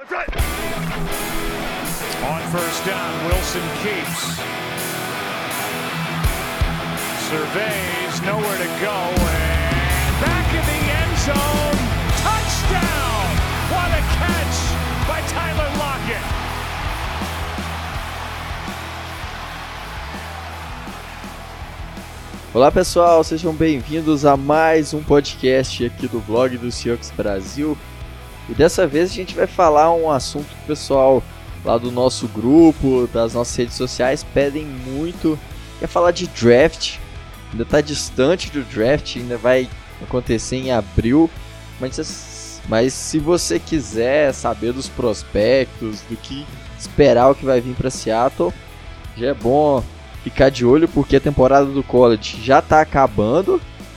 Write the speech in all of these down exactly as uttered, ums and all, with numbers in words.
On first down, Wilson keeps. Surveys, nowhere to go, and back in the end zone. Touchdown! What a catch by Tyler Lockett! Olá pessoal, sejam bem-vindos a mais um podcast aqui do blog do Seahawks Brasil. E dessa vez a gente vai falar um assunto que o pessoal lá do nosso grupo, das nossas redes sociais pedem muito, que é falar de draft. Ainda está distante do draft, ainda vai acontecer em abril, mas, mas se você quiser saber dos prospectos, do que esperar o que vai vir para Seattle, já é bom ficar de olho porque a temporada do college já está acabando.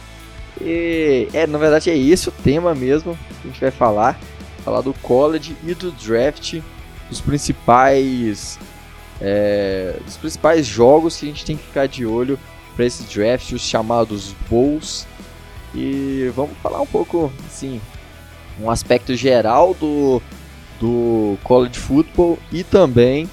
E é, na verdade é esse o tema mesmo que a gente vai falar, falar do college e do draft, dos principais, é, dos principais jogos que a gente tem que ficar de olho para esse draft, os chamados bowls. E vamos falar um pouco, assim, um aspecto geral do, do college football e também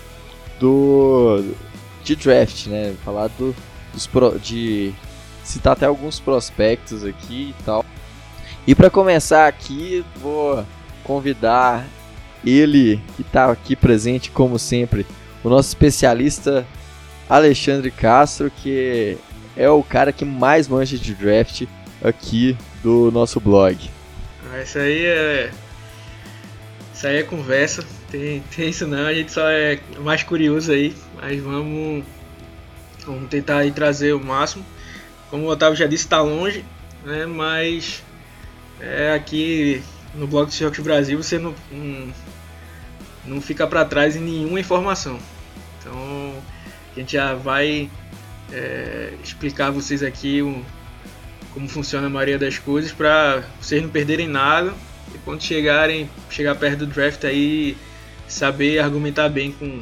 do de draft, né? Falar do, dos pro, de citar até alguns prospectos aqui e tal. E para começar aqui, vou convidar ele que está aqui presente como sempre, o nosso especialista Alexandre Castro, que é o cara que mais manja de draft aqui do nosso blog. Ah, isso aí é isso aí é conversa, tem, tem isso não, a gente só é mais curioso aí, mas vamos, vamos tentar aí trazer o máximo. Como o Otávio já disse, está longe, né? Mas é, aqui no blog do Seahawks Brasil você não, não, não fica para trás em nenhuma informação. Então a gente já vai é, explicar a vocês aqui o, como funciona a maioria das coisas para vocês não perderem nada e quando chegarem chegar perto do draft aí saber argumentar bem com,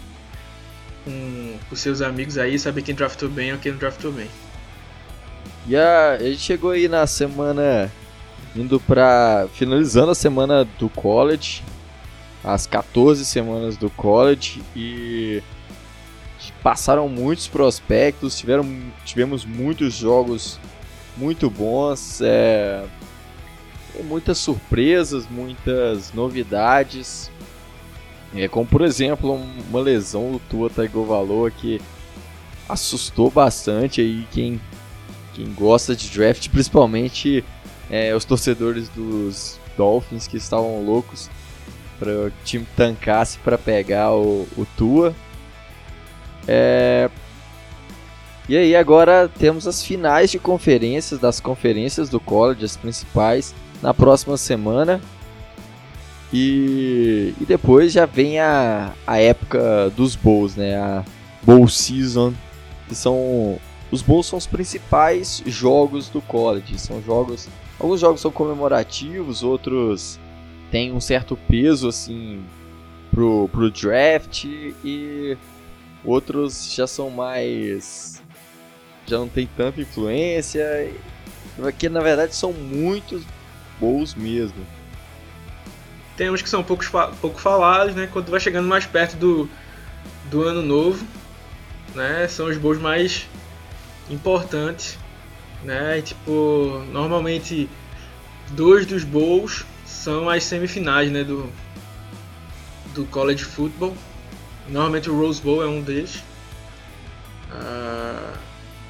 com os seus amigos aí, saber quem draftou bem ou quem não draftou bem. E a, a gente chegou aí na semana, indo pra, finalizando a semana do college, as catorze semanas do college, e passaram muitos prospectos, tiveram, tivemos muitos jogos muito bons, é, muitas surpresas, muitas novidades, é, como por exemplo uma lesão do Tua Tagovailoa que assustou bastante aí quem Quem gosta de draft, principalmente é, os torcedores dos Dolphins que estavam loucos para o time tancasse para pegar o, o Tua. É... E aí agora temos as finais de conferências, das conferências do college, as principais, na próxima semana. E, e depois já vem a, a época dos bowls, né? A bowl season, que são... Os bowls são os principais jogos do college, são jogos, alguns jogos são comemorativos, outros têm um certo peso assim pro, pro draft e outros já são mais, já não tem tanta influência, porque na verdade são muitos bowls mesmo. Tem uns que são poucos, pouco falados, né? Quando vai chegando mais perto do, do ano novo, né? São os bowls mais importante, né? E, tipo, normalmente dois dos bowls são as semifinais, né, do do college football. Normalmente o Rose Bowl é um deles. Uh,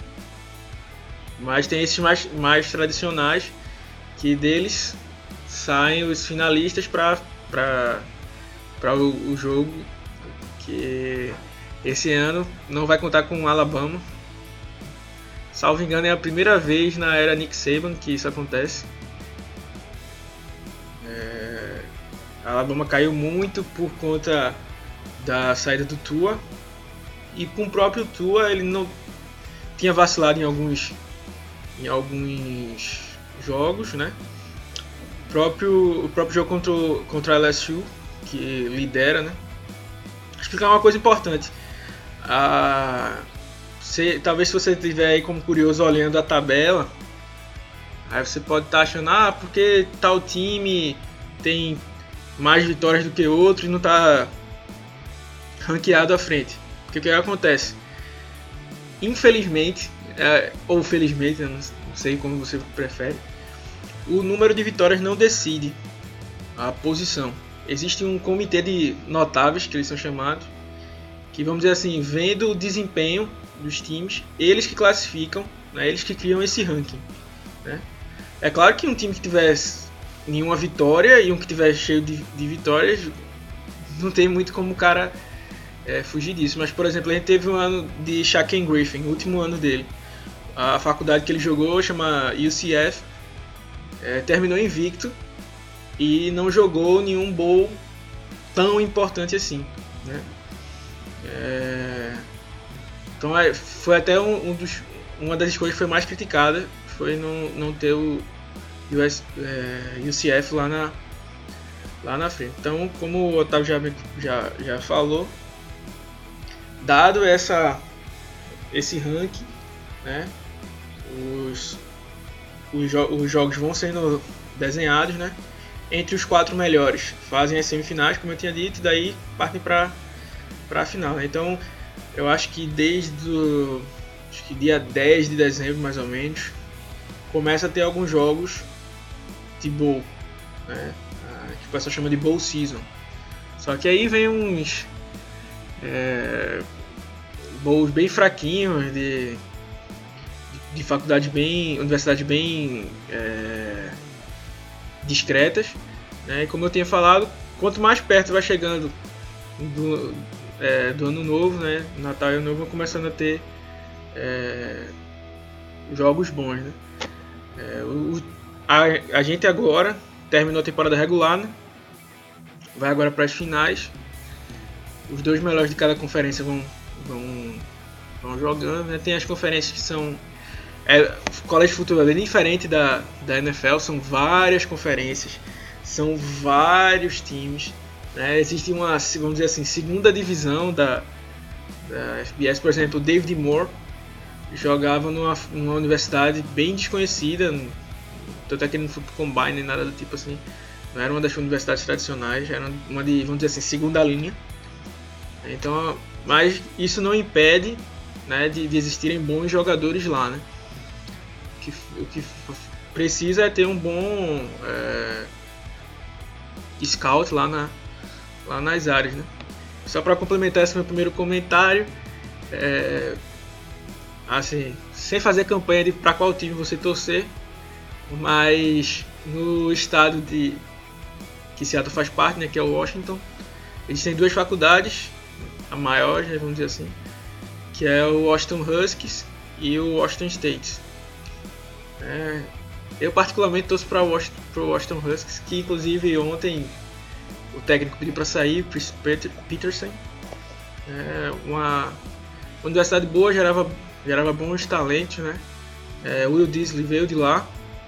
mas tem esses mais, mais tradicionais, que deles saem os finalistas para para para o, o jogo, que esse ano não vai contar com o Alabama. Salvo engano, é a primeira vez na era Nick Saban que isso acontece. É... A Alabama caiu muito por conta da saída do Tua. E com o próprio Tua, ele não tinha vacilado em alguns, em alguns jogos, né? O próprio, o próprio jogo contra, o, contra a L S U, que lidera, né? Vou explicar uma coisa importante. A... Se, talvez se você estiver aí como curioso olhando a tabela, aí você pode estar tá achando, ah, porque tal time tem mais vitórias do que outro e não está ranqueado à frente. Porque o que acontece? Infelizmente, é, ou felizmente, eu não sei como você prefere, o número de vitórias não decide a posição. Existe um comitê de notáveis, que eles são chamados, que, vamos dizer assim, vendo o desempenho dos times, eles que classificam, né, eles que criam esse ranking, né? É claro que um time que tivesse nenhuma vitória e um que tivesse cheio de, de vitórias, não tem muito como o cara é, fugir disso. Mas, por exemplo, a gente teve um ano de Shaquem Griffin, o último ano dele. A faculdade que ele jogou chama U C F, é, terminou invicto e não jogou nenhum bowl tão importante assim, né? É... Então é, foi até um, um dos, uma das escolhas que foi mais criticada, foi não, não ter o U S, é, U C F lá na, lá na frente. Então, como o Otávio já, já, já falou, dado essa, esse ranking, né, os, os, jo- os jogos vão sendo desenhados, né? Entre os quatro melhores fazem as semifinais, como eu tinha dito, e daí partem para a final, né? Então, eu acho que desde o acho que dia dez de dezembro, mais ou menos, começa a ter alguns jogos de bowl, né? Que o pessoal chama de bowl season. Só que aí vem uns é, bowls bem fraquinhos, de, de, de faculdades bem, universidades bem é, discretas, né? E como eu tinha falado, quanto mais perto vai chegando do, é, do ano novo, né? Natal e ano novo vão começando a ter é, jogos bons, né? É, o, a, a gente agora terminou a temporada regular, né? Vai agora para as finais. Os dois melhores de cada conferência vão, vão, vão jogando, né? Tem as conferências que são É, o college football é bem diferente da, da N F L, são várias conferências, são vários times, né? Existe uma, vamos dizer assim, segunda divisão da, da F B S, por exemplo, o David Moore jogava numa, numa universidade bem desconhecida, tanto é que ele não foi pro Combine nem nada do tipo assim, não era uma das universidades tradicionais, era uma de, vamos dizer assim, segunda linha. Então, mas isso não impede, né, de, de existirem bons jogadores lá, né? Que, o que precisa é ter um bom é, scout lá, na, lá nas áreas, né? Só para complementar esse meu primeiro comentário, é, assim, sem fazer campanha de para qual time você torcer, mas no estado de que Seattle faz parte, né, que é o Washington, eles têm duas faculdades, a maior, vamos dizer assim, que é o Washington Huskies e o Washington State. É, eu particularmente torço para o Washington, Washington Huskies, que inclusive ontem o técnico pediu para sair, Chris Peterson. É uma universidade boa, gerava, gerava bons talentos, né? É, Will Disley veio de lá.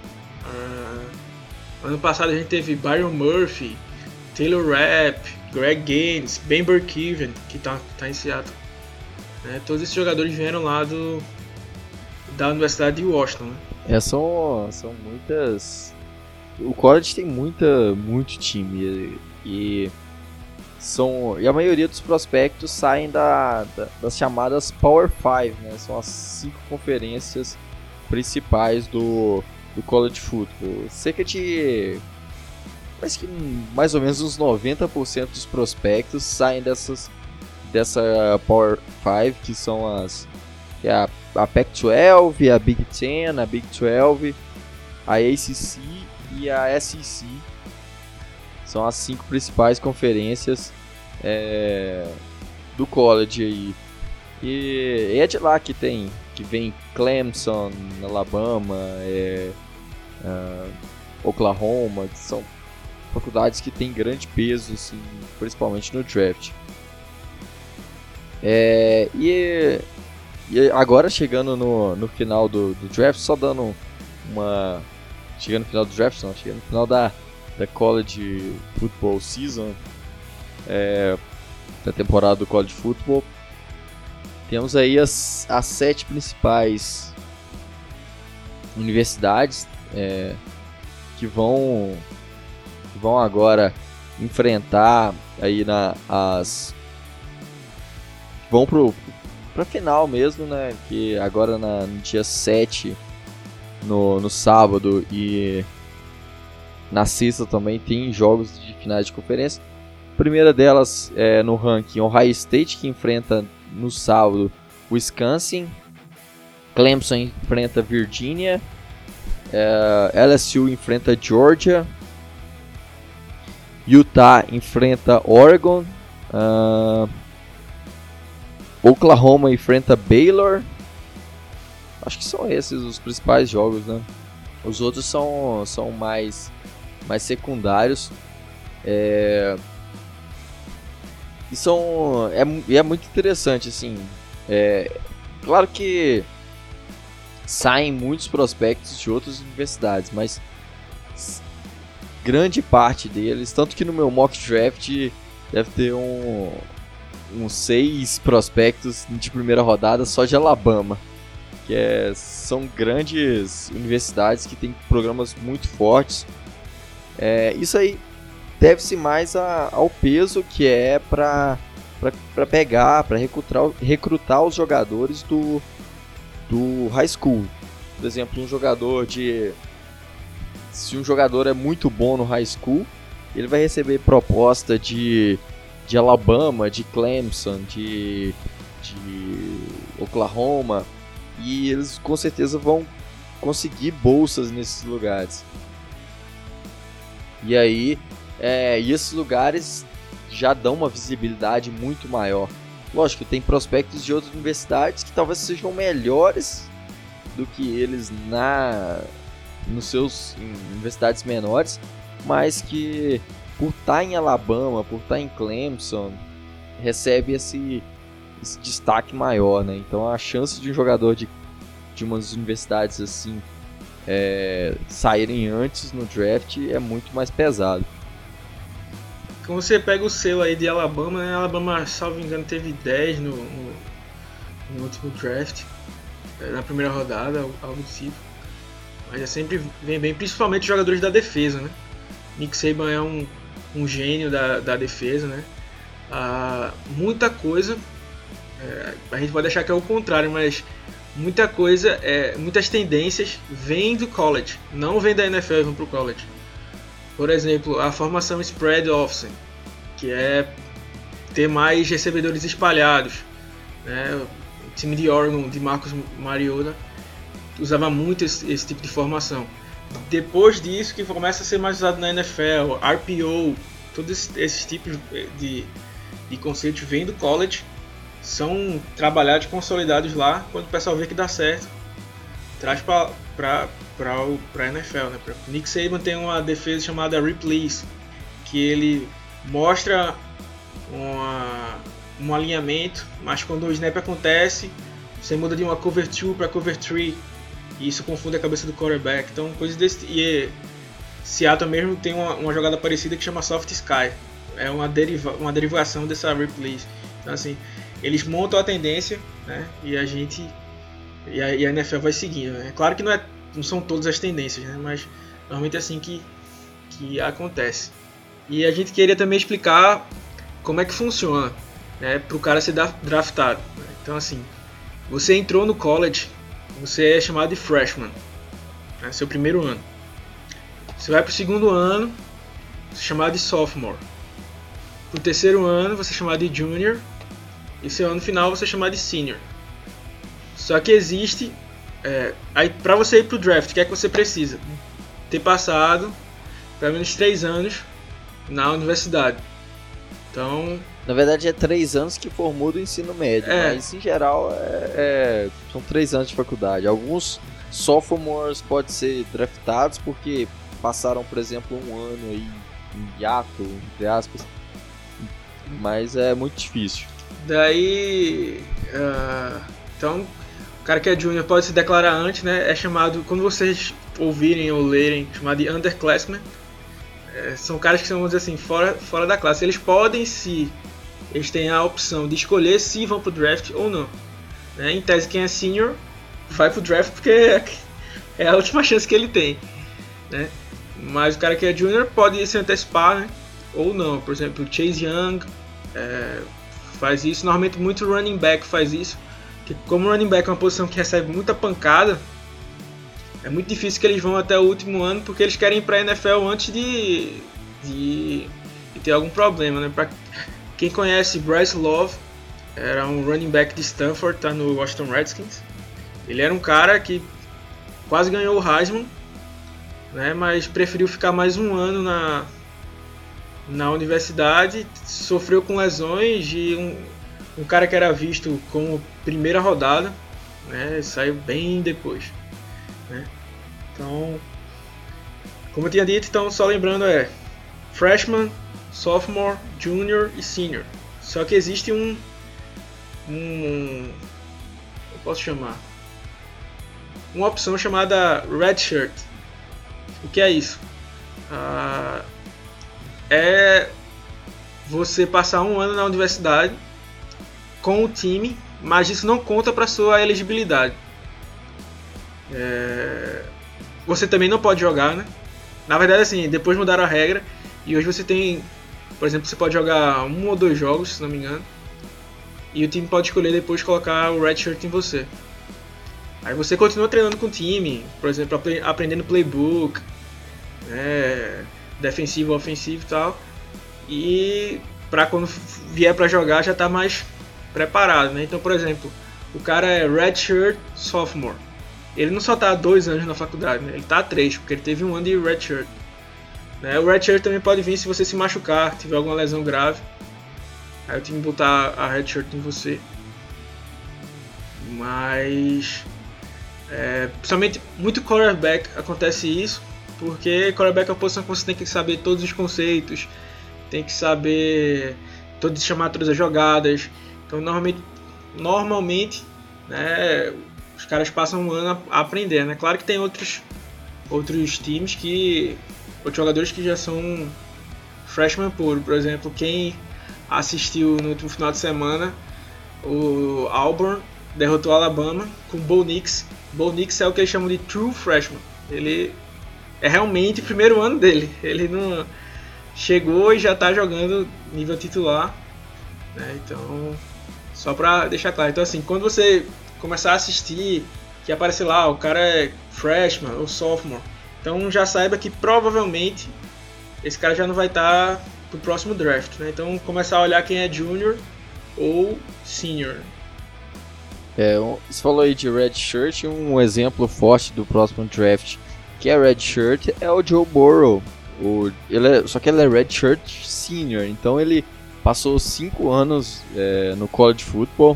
Uh, ano passado a gente teve Byron Murphy, Taylor Rapp, Greg Gaines, Ben Burkeven, que está tá em Seattle. É, todos esses jogadores vieram lá do, da Universidade de Washington, né? É, são, são muitas... O college tem muita, muito time e, são, e a maioria dos prospectos saem da, da, das chamadas Power Five, né? São as cinco conferências principais do, do college football. Cerca de... Mas que mais ou menos uns noventa por cento dos prospectos saem dessas, dessa Power Five, que são as... Que é a, a Pac doze, a Big Ten, a Big doze, a A C C e a S E C. São as cinco principais conferências é, do college aí. E é de lá que tem, que vem Clemson, Alabama, é, uh, Oklahoma, que são faculdades que têm grande peso, assim, principalmente no draft. É, e, e agora chegando no, no final do, do draft, só dando uma... Chegando no final do draft, não, chegando no final da, da college football season, é, da temporada do college football, temos aí as, as sete principais universidades é, que vão, que vão agora enfrentar aí na as vão pro pra final mesmo, né? Que agora na, no dia sete, no, no sábado e na sexta também tem jogos de finais de conferência. A primeira delas é no ranking Ohio State, que enfrenta no sábado Wisconsin. Clemson enfrenta Virginia. É, L S U enfrenta Georgia. Utah enfrenta Oregon. Uh, Oklahoma enfrenta Baylor. Acho que são esses os principais jogos, né? Os outros são, são mais, mais secundários. É... E são, é, é muito interessante, assim. É... Claro que saem muitos prospectos de outras universidades, mas grande parte deles, tanto que no meu mock draft deve ter um... uns seis prospectos de primeira rodada só de Alabama, que é, são grandes universidades que têm programas muito fortes. É, isso aí deve-se mais a, ao peso que é para pegar, para recrutar, recrutar os jogadores do, do high school. Por exemplo, um jogador de... Se um jogador é muito bom no high school, ele vai receber proposta de... de Alabama, de Clemson, de, de Oklahoma, e eles com certeza vão conseguir bolsas nesses lugares. E aí, é, e esses lugares já dão uma visibilidade muito maior. Lógico, tem prospectos de outras universidades que talvez sejam melhores do que eles na nos seus em universidades menores, mas que por estar em Alabama, por estar em Clemson, recebe esse, esse destaque maior, né? Então a chance de um jogador de, de umas universidades assim é, saírem antes no draft é muito mais pesado. Quando você pega o selo aí de Alabama, né? Alabama, salvo engano, teve dez no, no, no último draft, na primeira rodada, algo do tipo. Mas é sempre vem bem, principalmente jogadores da defesa, né? Nick Saban é um um gênio da, da defesa, né? Ah, muita coisa, é, a gente pode achar que é o contrário, mas muita coisa, é, muitas tendências vêm do college, não vêm da N F L e vão para o college. Por exemplo, a formação spread offense, que é ter mais recebedores espalhados, né? O time de Oregon, de Marcus Mariota, usava muito esse, esse tipo de formação. Depois disso que começa a ser mais usado na N F L, R P O, todos esses, esses tipos de, de conceitos vêm do college, são trabalhados, consolidados lá, quando o pessoal vê que dá certo, traz para a N F L. Né? Nick Saban tem uma defesa chamada Replays, que ele mostra uma, um alinhamento, mas quando o snap acontece, você muda de uma cover dois para cover três, e isso confunde a cabeça do quarterback. Então, coisas desse. E Seattle mesmo tem uma, uma jogada parecida que chama Soft Sky. É uma, deriva, uma derivação dessa replays. Então, assim, eles montam a tendência, né? E a gente. E a, e a N F L vai seguindo. É né? Claro que não, é, não são todas as tendências, né? Mas normalmente é assim que, que acontece. E a gente queria também explicar como é que funciona, né? Para o cara ser draftado. Né? Então, assim, você entrou no college. Você é chamado de freshman, né, seu primeiro ano. Você vai para o segundo ano, você é chamado de sophomore. Para o terceiro ano, você é chamado de junior. E seu ano final, você é chamado de senior. Só que existe, é, aí para você ir para o draft, o que é que você precisa? Ter passado pelo menos três anos na universidade. Então, na verdade é três anos que formou do ensino médio, é. Mas em geral é, é, são três anos de faculdade. Alguns sophomores podem ser draftados porque passaram, por exemplo, um ano aí em hiato, entre aspas, mas é muito difícil. Daí, uh, então, o cara que é junior pode se declarar antes, né? É chamado, quando vocês ouvirem ou lerem, chamado de underclassmen. É, são caras que são, vamos dizer assim, fora, fora da classe. Eles podem se... Eles têm a opção de escolher se vão pro draft ou não. Né? Em tese, quem é senior vai pro draft porque é a última chance que ele tem. Né? Mas o cara que é junior pode se antecipar, né? ou não. Por exemplo, Chase Young é, faz isso, normalmente muito running back faz isso, que como running back é uma posição que recebe muita pancada, é muito difícil que eles vão até o último ano, porque eles querem ir para a N F L antes de, de, de ter algum problema, né? Para quem conhece, Bryce Love era um running back de Stanford, tá no Washington Redskins. Ele era um cara que quase ganhou o Heisman, né? Mas preferiu ficar mais um ano na, na universidade, sofreu com lesões e um, um cara que era visto como primeira rodada, né? Saiu bem depois. Né? Então, como eu tinha dito, então só lembrando é freshman, sophomore, junior e senior. Só que existe um, um eu posso chamar uma opção chamada redshirt. O que é isso? Ah, é você passar um ano na universidade com o time, mas isso não conta para sua elegibilidade. É... Você também não pode jogar, né? Na verdade, assim, depois mudaram a regra e hoje você tem, por exemplo, você pode jogar um ou dois jogos, se não me engano, e o time pode escolher depois colocar o redshirt em você. Aí você continua treinando com o time, por exemplo, aprendendo playbook, né, defensivo, ofensivo e tal, e para quando vier para jogar já tá mais preparado, né? Então, por exemplo, o cara é redshirt sophomore. Ele não só está há dois anos na faculdade, né? Ele está há três, porque ele teve um ano de redshirt. Né? O redshirt também pode vir se você se machucar, tiver alguma lesão grave. Aí o time botar a redshirt em você. Mas, é, principalmente, muito quarterback acontece isso, porque quarterback é uma posição que você tem que saber todos os conceitos, tem que saber todos, chamar todas as jogadas. Então, normalmente, normalmente né, os caras passam um ano a aprender, né? Claro que tem outros, outros times que... outros jogadores que já são freshman puro. Por exemplo, quem assistiu no último final de semana, o Auburn derrotou o Alabama com o Bo Nix. Bo Nix é o que eles chamam de true freshman. Ele é realmente o primeiro ano dele. Ele não chegou e já está jogando nível titular, né? Então, só para deixar claro. Então, assim, quando você começar a assistir, que aparecer lá, o cara é freshman ou sophomore, então já saiba que provavelmente esse cara já não vai estar pro próximo draft, né? Então começar a olhar quem é junior ou senior. É, você falou aí de redshirt, um exemplo forte do próximo draft que é redshirt é o Joe Burrow. O, ele é, só que ele é redshirt senior, então ele passou cinco anos é, no college football.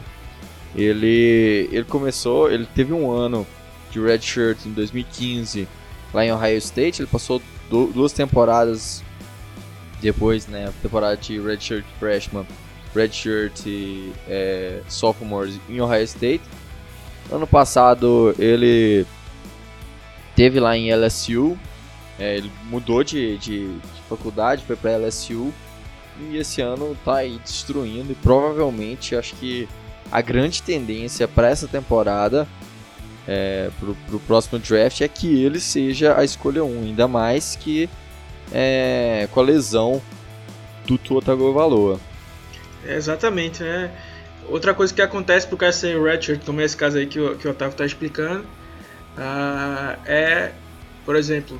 Ele, ele começou, ele teve um ano de redshirt em dois mil e quinze lá em Ohio State. Ele passou do, duas temporadas depois, né, a temporada de redshirt freshman, redshirt é, sophomore em Ohio State. Ano passado ele teve lá em L S U, é, ele mudou de, de, de faculdade, foi para L S U e esse ano tá aí destruindo e provavelmente acho que a grande tendência para essa temporada, é, pro, pro próximo draft, é que ele seja a escolha um, ainda mais que é, com a lesão do Tua Tagovailoa. É, exatamente, né? Outra coisa que acontece por causa ser redshirt, como é esse caso aí que o, que o Otávio está explicando, uh, é, por exemplo,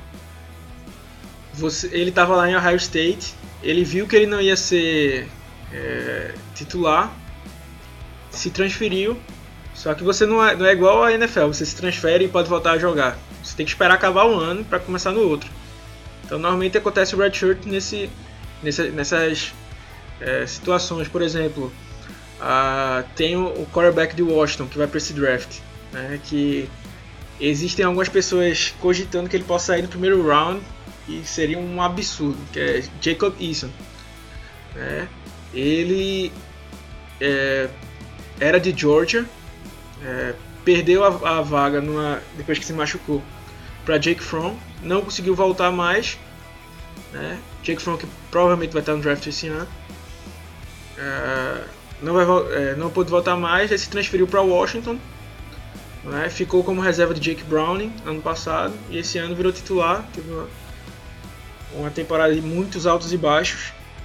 você, ele estava lá em Ohio State, ele viu que ele não ia ser é, titular, se transferiu, só que você não é, não é igual a N F L, você se transfere e pode voltar a jogar. Você tem que esperar acabar um ano para começar no outro. Então normalmente acontece o redshirt nesse, nessa, nessas é, situações. Por exemplo, uh, tem o, o quarterback de Washington que vai para esse draft, né, que existem algumas pessoas cogitando que ele possa sair no primeiro round e seria um absurdo, que é Jacob Eason. Né? Ele é, era de Georgia, é, perdeu a, a vaga numa, depois que se machucou para Jake Fromm, não conseguiu voltar mais, né? Jake Fromm que provavelmente vai estar no draft esse ano, é, não, vai, é, não pôde voltar mais, ele se transferiu para Washington, né? Ficou como reserva de Jake Browning ano passado e esse ano virou titular, teve uma, uma temporada de muitos altos e baixos,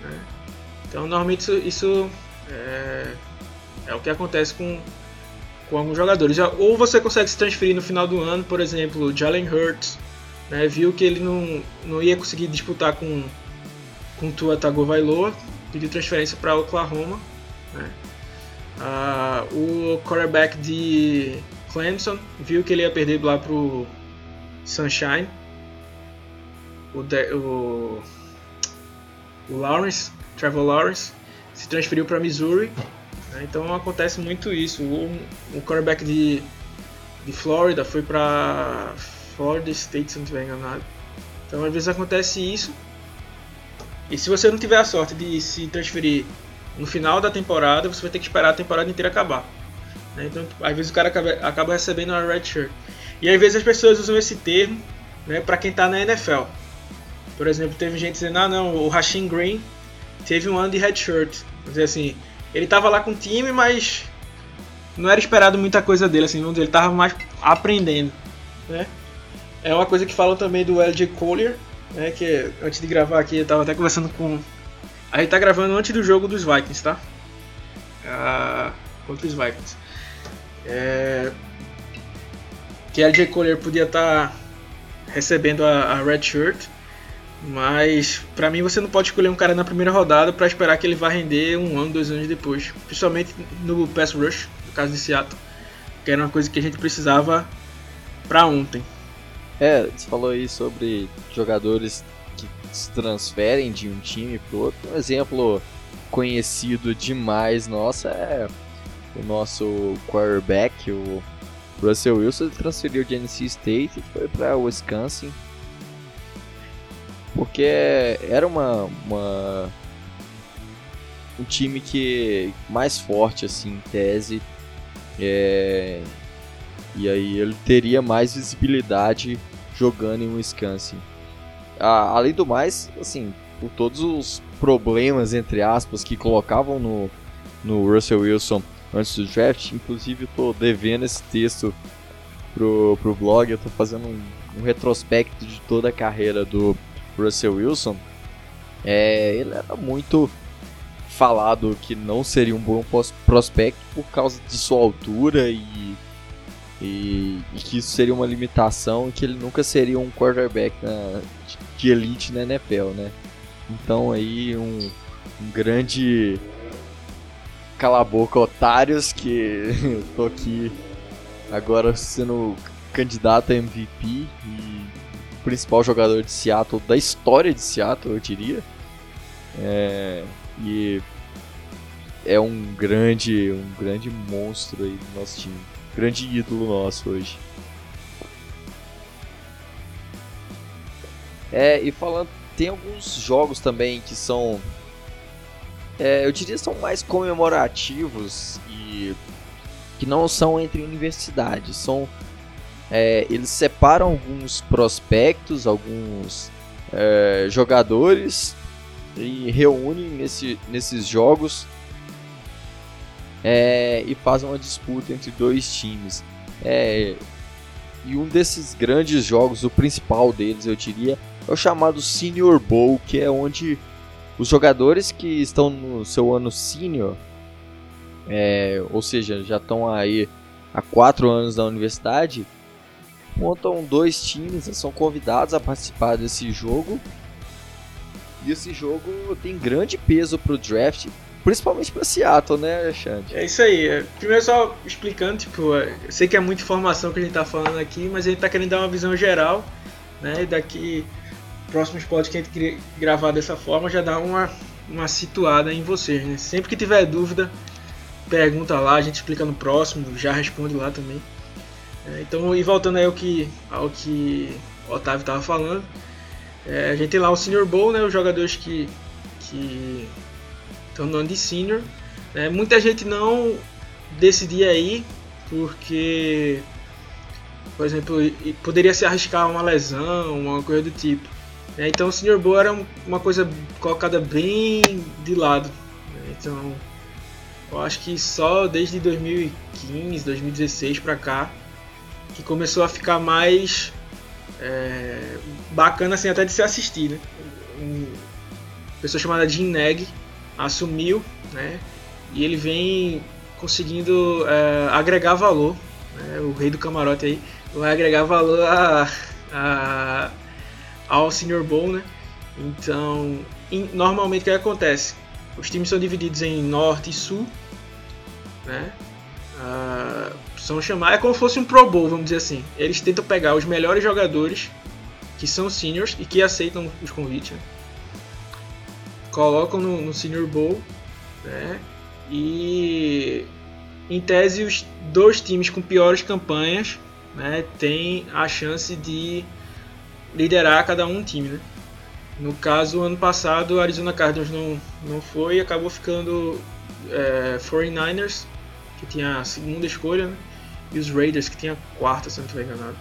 né? Então normalmente isso, isso é, é o que acontece com, com alguns jogadores. Ou você consegue se transferir no final do ano, por exemplo, o Jalen Hurts, né, viu que ele não, não ia conseguir disputar com, com Tua Tagovailoa, pediu transferência para Oklahoma, né? Ah, o quarterback de Clemson viu que ele ia perder lá pro Sunshine, o, de, o, o Lawrence, Trevor Lawrence, se transferiu para Missouri, né? Então acontece muito isso. O, o quarterback de, de Florida foi para Florida State, se não estiver enganado. Então às vezes acontece isso. E se você não tiver a sorte de se transferir no final da temporada, você vai ter que esperar a temporada inteira acabar, né? Então, às vezes o cara acaba, acaba recebendo uma red shirt. E às vezes as pessoas usam esse termo, né, para quem está na N F L. Por exemplo, teve gente dizendo, ah não, o Rasheem Green teve um ano de red shirt. Quer dizer assim, ele estava lá com o time, mas não era esperado muita coisa dele, assim, vamos dizer, ele estava mais aprendendo, né? É uma coisa que falam também do L J Collier, né, que antes de gravar aqui eu estava até conversando com... A gente tá gravando antes do jogo dos Vikings, tá? Ah, contra os Vikings. É... Que L J Collier podia estar tá recebendo a, a red shirt, mas pra mim você não pode escolher um cara na primeira rodada pra esperar que ele vá render um ano, dois anos depois. Principalmente no pass rush, no caso de Seattle, que era uma coisa que a gente precisava pra ontem. É, você falou aí sobre jogadores que se transferem de um time para o outro. Um exemplo conhecido demais nosso é o nosso quarterback, o Russell Wilson. Ele transferiu de N C State e foi para Wisconsin, porque era uma, uma um time que mais forte assim em tese, é, e aí ele teria mais visibilidade jogando em Wisconsin. Ah, além do mais, assim, por todos os problemas, entre aspas, que colocavam no, no Russell Wilson antes do draft. Inclusive eu tô devendo esse texto pro, pro blog, eu tô fazendo um, um retrospecto de toda a carreira do Russell Wilson. É, ele era muito falado que não seria um bom prospecto por causa de sua altura e, e, e que isso seria uma limitação e que ele nunca seria um quarterback na, de, de elite na N F L, né? Então aí um, um grande cala a boca otários, que eu tô aqui agora sendo candidato a M V P e principal jogador de Seattle, da história de Seattle, eu diria. É, e é um grande, um grande monstro aí do nosso time, grande ídolo nosso hoje. É, e falando, tem alguns jogos também que são, é, eu diria, são mais comemorativos e que não são entre universidades, são, é, eles separam alguns prospectos, alguns é, jogadores e reúnem nesse, nesses jogos é, e fazem uma disputa entre dois times. É, e um desses grandes jogos, o principal deles, eu diria, é o chamado Senior Bowl, que é onde os jogadores que estão no seu ano senior, é, ou seja, já estão aí há quatro anos da universidade, montam dois times, são convidados a participar desse jogo. E esse jogo tem grande peso pro draft, principalmente para Seattle, né, Alexandre? É isso aí. Primeiro só explicando, tipo, eu sei que é muita informação que a gente tá falando aqui, mas a gente tá querendo dar uma visão geral, né? E daqui próximos podcasts que a gente gravar dessa forma já dá uma, uma situada em vocês, né? Sempre que tiver dúvida, pergunta lá, a gente explica no próximo, já responde lá também. É, então, e voltando aí ao que, ao que o Otávio tava falando, é, a gente tem lá o Senior Bowl, né? Os jogadores que que estão no ano de senior, né? Muita gente não decidia ir porque, por exemplo, poderia se arriscar uma lesão, uma coisa do tipo, né? Então o Senior Bowl era uma coisa colocada bem de lado, né? Então eu acho que só desde dois mil e quinze, dois mil e dezesseis para cá que começou a ficar mais é, bacana assim até de se assistir, né? pessoa chamada Jim Nagy assumiu, né? E ele vem conseguindo é, agregar valor, né? O rei do camarote aí vai agregar valor a, a, ao Senior Bowl, né? Então, in, normalmente o que acontece? Os times são divididos em norte e sul, né? Uh, são chamados, é como se fosse um Pro Bowl, vamos dizer assim. Eles tentam pegar os melhores jogadores que são seniors e que aceitam os convites, né? Colocam no, no Senior Bowl, né? E em tese os dois times com piores campanhas, né, têm a chance de liderar cada um time, né? No caso, ano passado o Arizona Cardinals não, não foi e acabou ficando é, forty-niners, que tinha a segunda escolha, né? E os Raiders, que tinha a quarta, se não estiver enganado,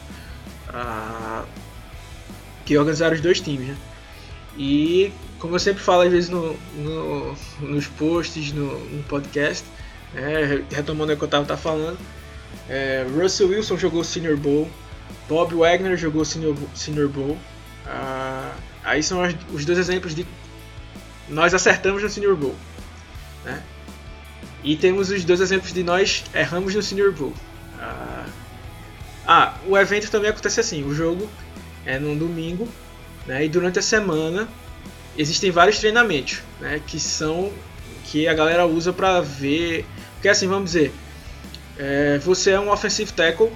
ah, que organizaram os dois times, né? E como eu sempre falo às vezes no, no, nos posts, no, no podcast, né, retomando o que eu estava falando, é, Russell Wilson jogou Senior Bowl, Bob Wagner jogou Senior, Senior Bowl. Ah, aí são as, os dois exemplos de nós acertamos no Senior Bowl, né? E temos os dois exemplos de nós erramos no Senior Bowl. Ah, ah, o evento também acontece assim, o jogo é num domingo, né, e durante a semana existem vários treinamentos, né, que são que a galera usa para ver, porque assim, vamos dizer, é, você é um offensive tackle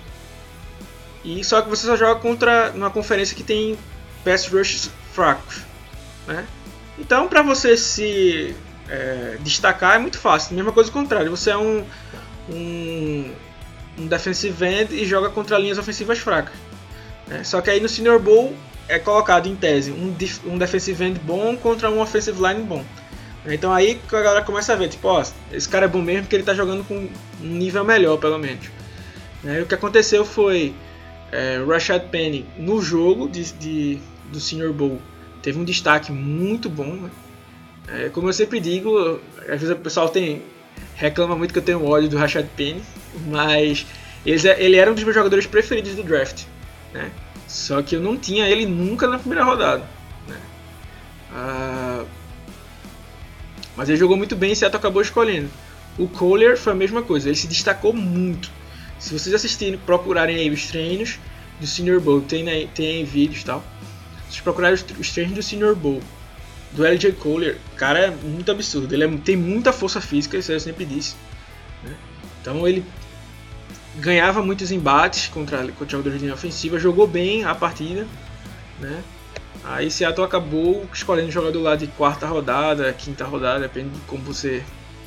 e só que você só joga contra uma conferência que tem pass rush fracos, né? Então, para você se é, destacar é muito fácil. Mesma coisa ao contrário, você é um, um, um defensive end e joga contra linhas ofensivas fracas, né? Só que aí no Senior Bowl é colocado em tese um, um defensive end bom contra um offensive line bom. Então aí a galera começa a ver, tipo, ó, esse cara é bom mesmo porque ele tá jogando com um nível melhor, pelo menos. E o que aconteceu foi, é, Rashad Penny no jogo de, de, do Senior Bowl teve um destaque muito bom, né? É, como eu sempre digo, às vezes o pessoal tem, reclama muito que eu tenho ódio do Rashad Penny, mas ele, ele era um dos meus jogadores preferidos do draft, né? Só que eu não tinha ele nunca na primeira rodada, né? Ah, mas ele jogou muito bem e Seattle acabou escolhendo. O Collier foi a mesma coisa, ele se destacou muito. Se vocês assistirem, procurarem aí os treinos do Senior Bowl, tem aí, tem aí vídeos e tal. Se vocês procurarem os, os treinos do Senior Bowl, do L J Collier, cara, é muito absurdo. Ele é, tem muita força física, isso eu sempre disse, né? Então ele ganhava muitos embates contra, contra jogadores de linha ofensiva, jogou bem a partida, né? Aí Seattle acabou escolhendo um jogador lá de quarta rodada, quinta rodada, depende de como você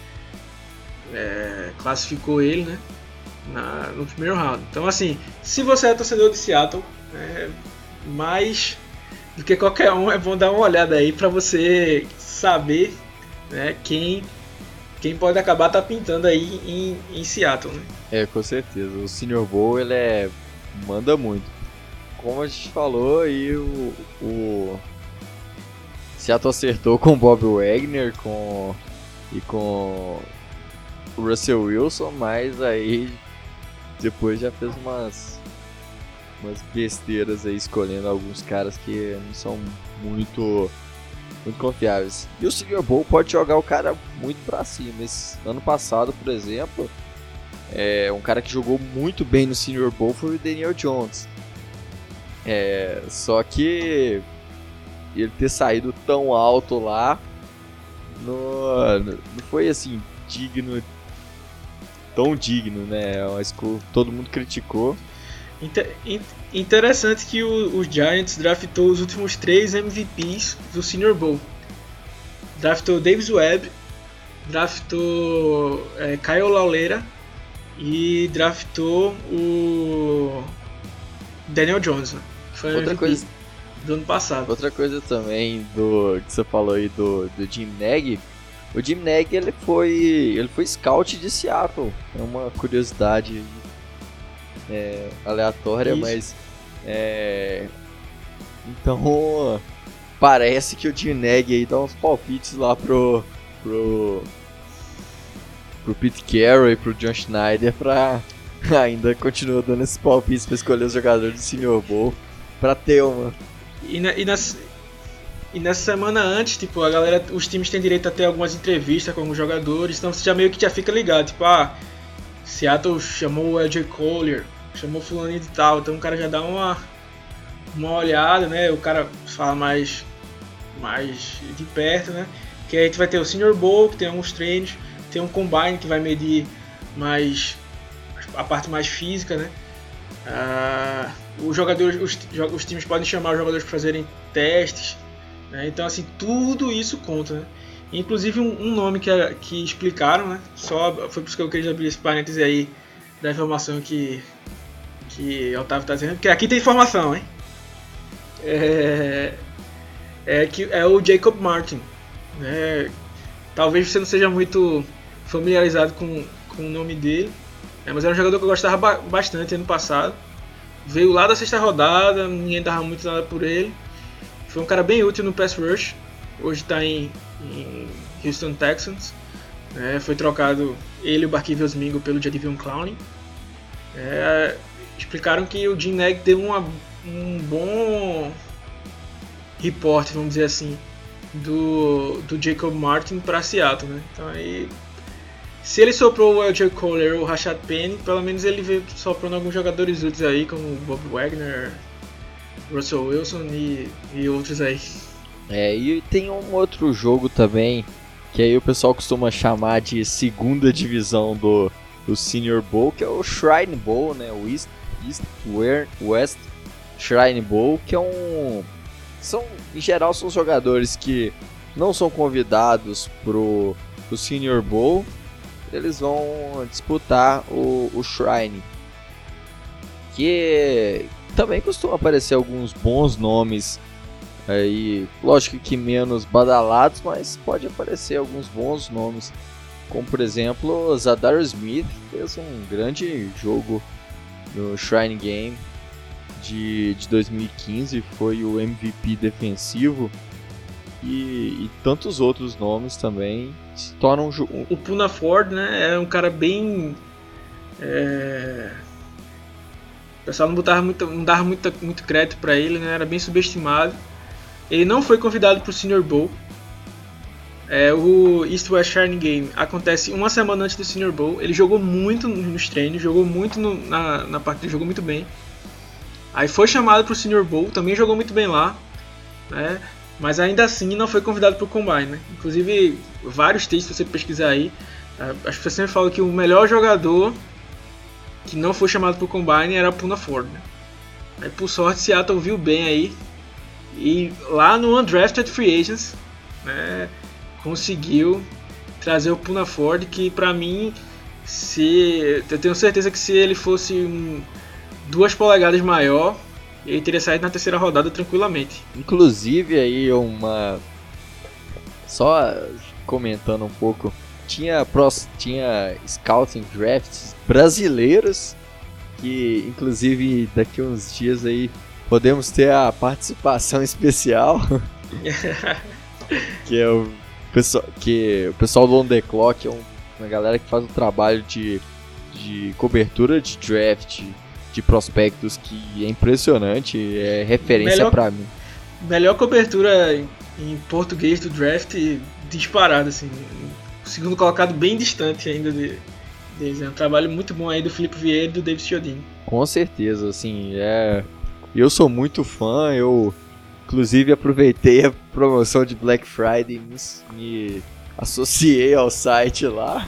é, classificou ele, né? Na, no primeiro round. Então, assim, se você é torcedor de Seattle, é, mais do que qualquer um, é bom dar uma olhada aí para você saber, né, quem, quem pode acabar tá pintando aí em, em Seattle, né? É, com certeza. O Senior Bowl, ele é, manda muito. Como a gente falou aí, o, o Seattle acertou com o Bob Wagner com, e com o Russell Wilson, mas aí depois já fez umas, umas besteiras aí, escolhendo alguns caras que não são muito, muito confiáveis. E o Senior Bowl pode jogar o cara muito pra cima. Esse ano passado, por exemplo, é, um cara que jogou muito bem no Senior Bowl foi o Daniel Jones. É, só que ele ter saído tão alto lá no, não foi assim digno, tão digno, né? Mas todo mundo criticou. Inter, interessante que o, o Giants draftou os últimos três M V Ps do Senior Bowl. Draftou Davis Webb, draftou é, Kyle Laulera e draftou o Daniel Jones, né? Foi outra coisa do ano passado. Outra coisa também do que você falou aí do, do Jim Nagy. O Jim Nagy, ele foi ele foi scout de Seattle. É uma curiosidade é, aleatória, isso. Mas é, então parece que o Jim Nagy aí dá uns palpites lá pro pro pro Pete Carroll e pro John Schneider pra ainda continua dando esses palpites pra escolher os jogadores do Senior Bowl pra ter uma. E, na, e, nas, E nessa semana antes, tipo, a galera, os times têm direito a ter algumas entrevistas com alguns jogadores, então você já meio que já fica ligado, tipo, ah, Seattle chamou o L J Collier, chamou fulano de tal, então o cara já dá uma, uma olhada, né, o cara fala mais, mais de perto, né, que aí a gente vai ter o Senior Bowl, que tem alguns treinos, tem um Combine que vai medir mais, a parte mais física, né, ah, os jogadores, os, os times podem chamar os jogadores para fazerem testes, né? Então assim, tudo isso conta, né? Inclusive um, um nome que, que explicaram, né? Só, foi por isso que eu queria abrir esse parêntese aí da informação que, que o Otávio está dizendo, porque aqui tem informação, hein? É, é, que é o Jacob Martin, né? Talvez você não seja muito familiarizado com, com o nome dele, né? Mas era um jogador que eu gostava ba- bastante ano passado. Veio lá da sexta rodada, ninguém dava muito nada por ele. Foi um cara bem útil no pass rush. Hoje está em, em Houston Texans. É, foi trocado ele e o Barkevious Mingo pelo Jadeveon Clowney. É, explicaram que o Jim Nagy deu uma, um bom reporte, vamos dizer assim, do, do Jacob Martin para Seattle. Né? Então aí, se ele soprou o L J Collier ou o Rashad Penny, pelo menos ele veio soprando alguns jogadores úteis aí, como o Bob Wagner, Russell Wilson e, e outros aí. É, e tem um outro jogo também, que aí o pessoal costuma chamar de segunda divisão do, do Senior Bowl, que é o Shrine Bowl, né? O East, East West Shrine Bowl, que é um... São, em geral, são jogadores que não são convidados pro, pro Senior Bowl, eles vão disputar o, o Shrine, que também costuma aparecer alguns bons nomes aí, lógico que menos badalados, mas pode aparecer alguns bons nomes, como por exemplo Zadar Smith, fez um grande jogo no Shrine Game de, de dois mil e quinze, foi o M V P defensivo, e, e tantos outros nomes também se tornam um jogo. O Poona Ford, né, é um cara bem... É... O pessoal não, botava muito, não dava muito, muito crédito para ele, né? Era bem subestimado. Ele não foi convidado para o Senior Bowl. É, o East West Shrine Game acontece uma semana antes do Senior Bowl. Ele jogou muito nos treinos, jogou muito no, na, na partida, jogou muito bem. Aí foi chamado para o Senior Bowl, também jogou muito bem lá, né? Mas ainda assim não foi convidado para o Combine, né? Inclusive, vários textos, se você pesquisar aí, as pessoas sempre falam que o melhor jogador que não foi chamado para o Combine era a Poona Ford, né? Aí, por sorte, Seattle viu bem aí, e lá no Undrafted Free Agents, né, conseguiu trazer o Poona Ford, que para mim, se, eu tenho certeza que se ele fosse um, duas polegadas maior, ele teria saído na terceira rodada tranquilamente. Inclusive aí uma... Só comentando um pouco, tinha, pros, tinha Scouting Drafts brasileiros, que inclusive daqui a uns dias aí podemos ter a participação especial, que é o pessoal, que o pessoal do On The Clock, é um, uma galera que faz um trabalho de, de cobertura de draft, de prospectos, que é impressionante, é referência melhor, pra mim. Melhor cobertura em, em português do draft disparado, assim, o segundo colocado bem distante ainda de, deles. É um trabalho muito bom aí do Felipe Vieira e do David Chiodini. Com certeza, assim, é... eu sou muito fã, eu inclusive aproveitei a promoção de Black Friday, me, me associei ao site lá.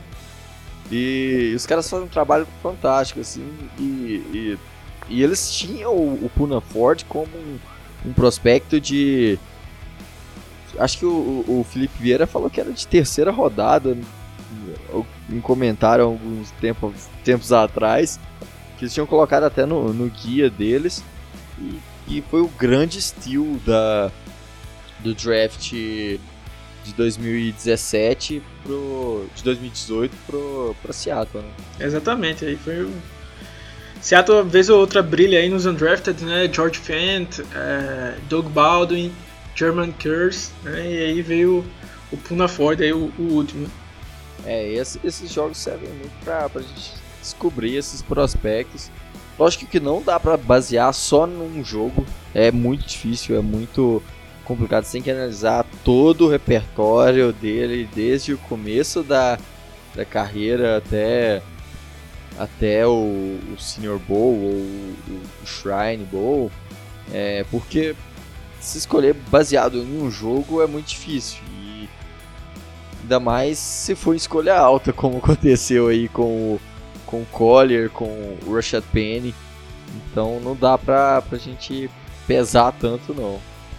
E os caras fazem um trabalho fantástico, assim, e, e, e eles tinham o, o Poona Ford como um, um prospecto de... Acho que o, o Felipe Vieira falou que era de terceira rodada, em comentário alguns tempos, tempos atrás, que eles tinham colocado até no, no guia deles, e, e foi o grande steal da, do draft de dois mil e dezessete pro, de dois mil e dezoito pro, pra Seattle, né? Exatamente, aí foi o... Seattle, vez ou outra, brilha aí nos undrafted, né? George Fant, é, Doug Baldwin, German Curse, né? E aí veio o Poona Ford, aí o, o último. É, esse, esses jogos servem muito pra, pra gente descobrir esses prospectos. Lógico que não dá pra basear só num jogo, é muito difícil, é muito complicado. Você tem que analisar todo o repertório dele, desde o começo da, da carreira até, até o, o Senior Bowl ou o, o Shrine Bowl, é, porque se escolher baseado em um jogo é muito difícil, e ainda mais se for escolha alta, como aconteceu aí com o, com o Collier, com o Rashad Penny. Então não dá pra, pra gente pesar tanto, não.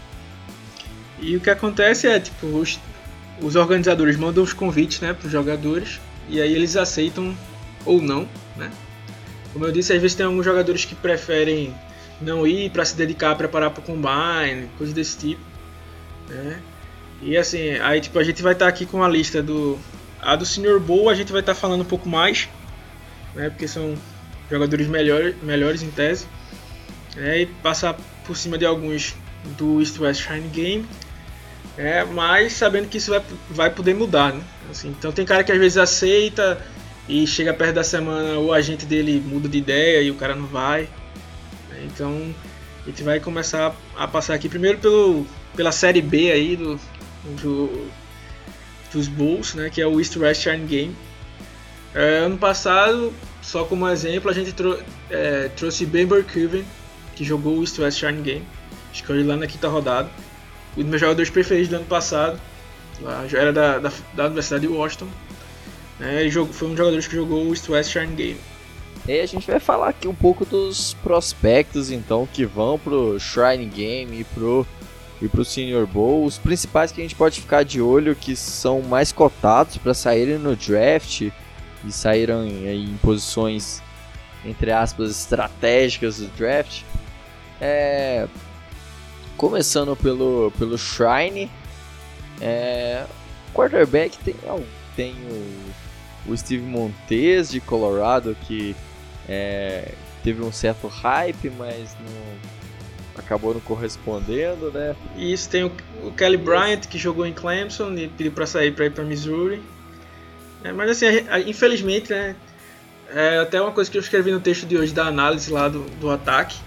E o que acontece é, tipo, os, os organizadores mandam os convites, né, pros jogadores, e aí eles aceitam ou não, né? Como eu disse, às vezes tem alguns jogadores que preferem não ir para se dedicar a preparar para o Combine, coisas desse tipo, né? E assim, aí tipo, a gente vai estar tá aqui com a lista do... A do Senior Bowl a gente vai estar tá falando um pouco mais, né, porque são jogadores melhores, melhores em tese, é, e passar por cima de alguns do East West Shrine Game, é, mas sabendo que isso vai, vai poder mudar, né? Assim, então tem cara que às vezes aceita e chega perto da semana o agente dele muda de ideia e o cara não vai, né? Então a gente vai começar a passar aqui primeiro pelo, pela série B aí do, do, dos Bulls, né, que é o East West Shrine Game. É, ano passado, só como exemplo, a gente trou- é, trouxe Ben Burkuven, que jogou o East West Shrine Game, escolhi lá na quinta rodada. Um dos meus jogadores preferidos do ano passado, lá, era da, da, da Universidade de Washington. É, ele jogou, foi um dos jogadores que jogou o East West Shrine Game. E a gente vai falar aqui um pouco dos prospectos, então, que vão pro Shrine Game e pro, e pro Senior Bowl. Os principais que a gente pode ficar de olho, que são mais cotados para saírem no draft e saíram aí em posições, entre aspas, estratégicas do draft. É, começando pelo, pelo Shrine, é, quarterback tem, tem o, o Steve Montez de Colorado, que é, teve um certo hype, mas não, acabou não correspondendo, né? E isso tem o, o Kelly Bryant, que jogou em Clemson e pediu para sair para ir para Missouri. É, mas assim, a, a, infelizmente, né, é até uma coisa que eu escrevi no texto de hoje da análise lá do, do ataque.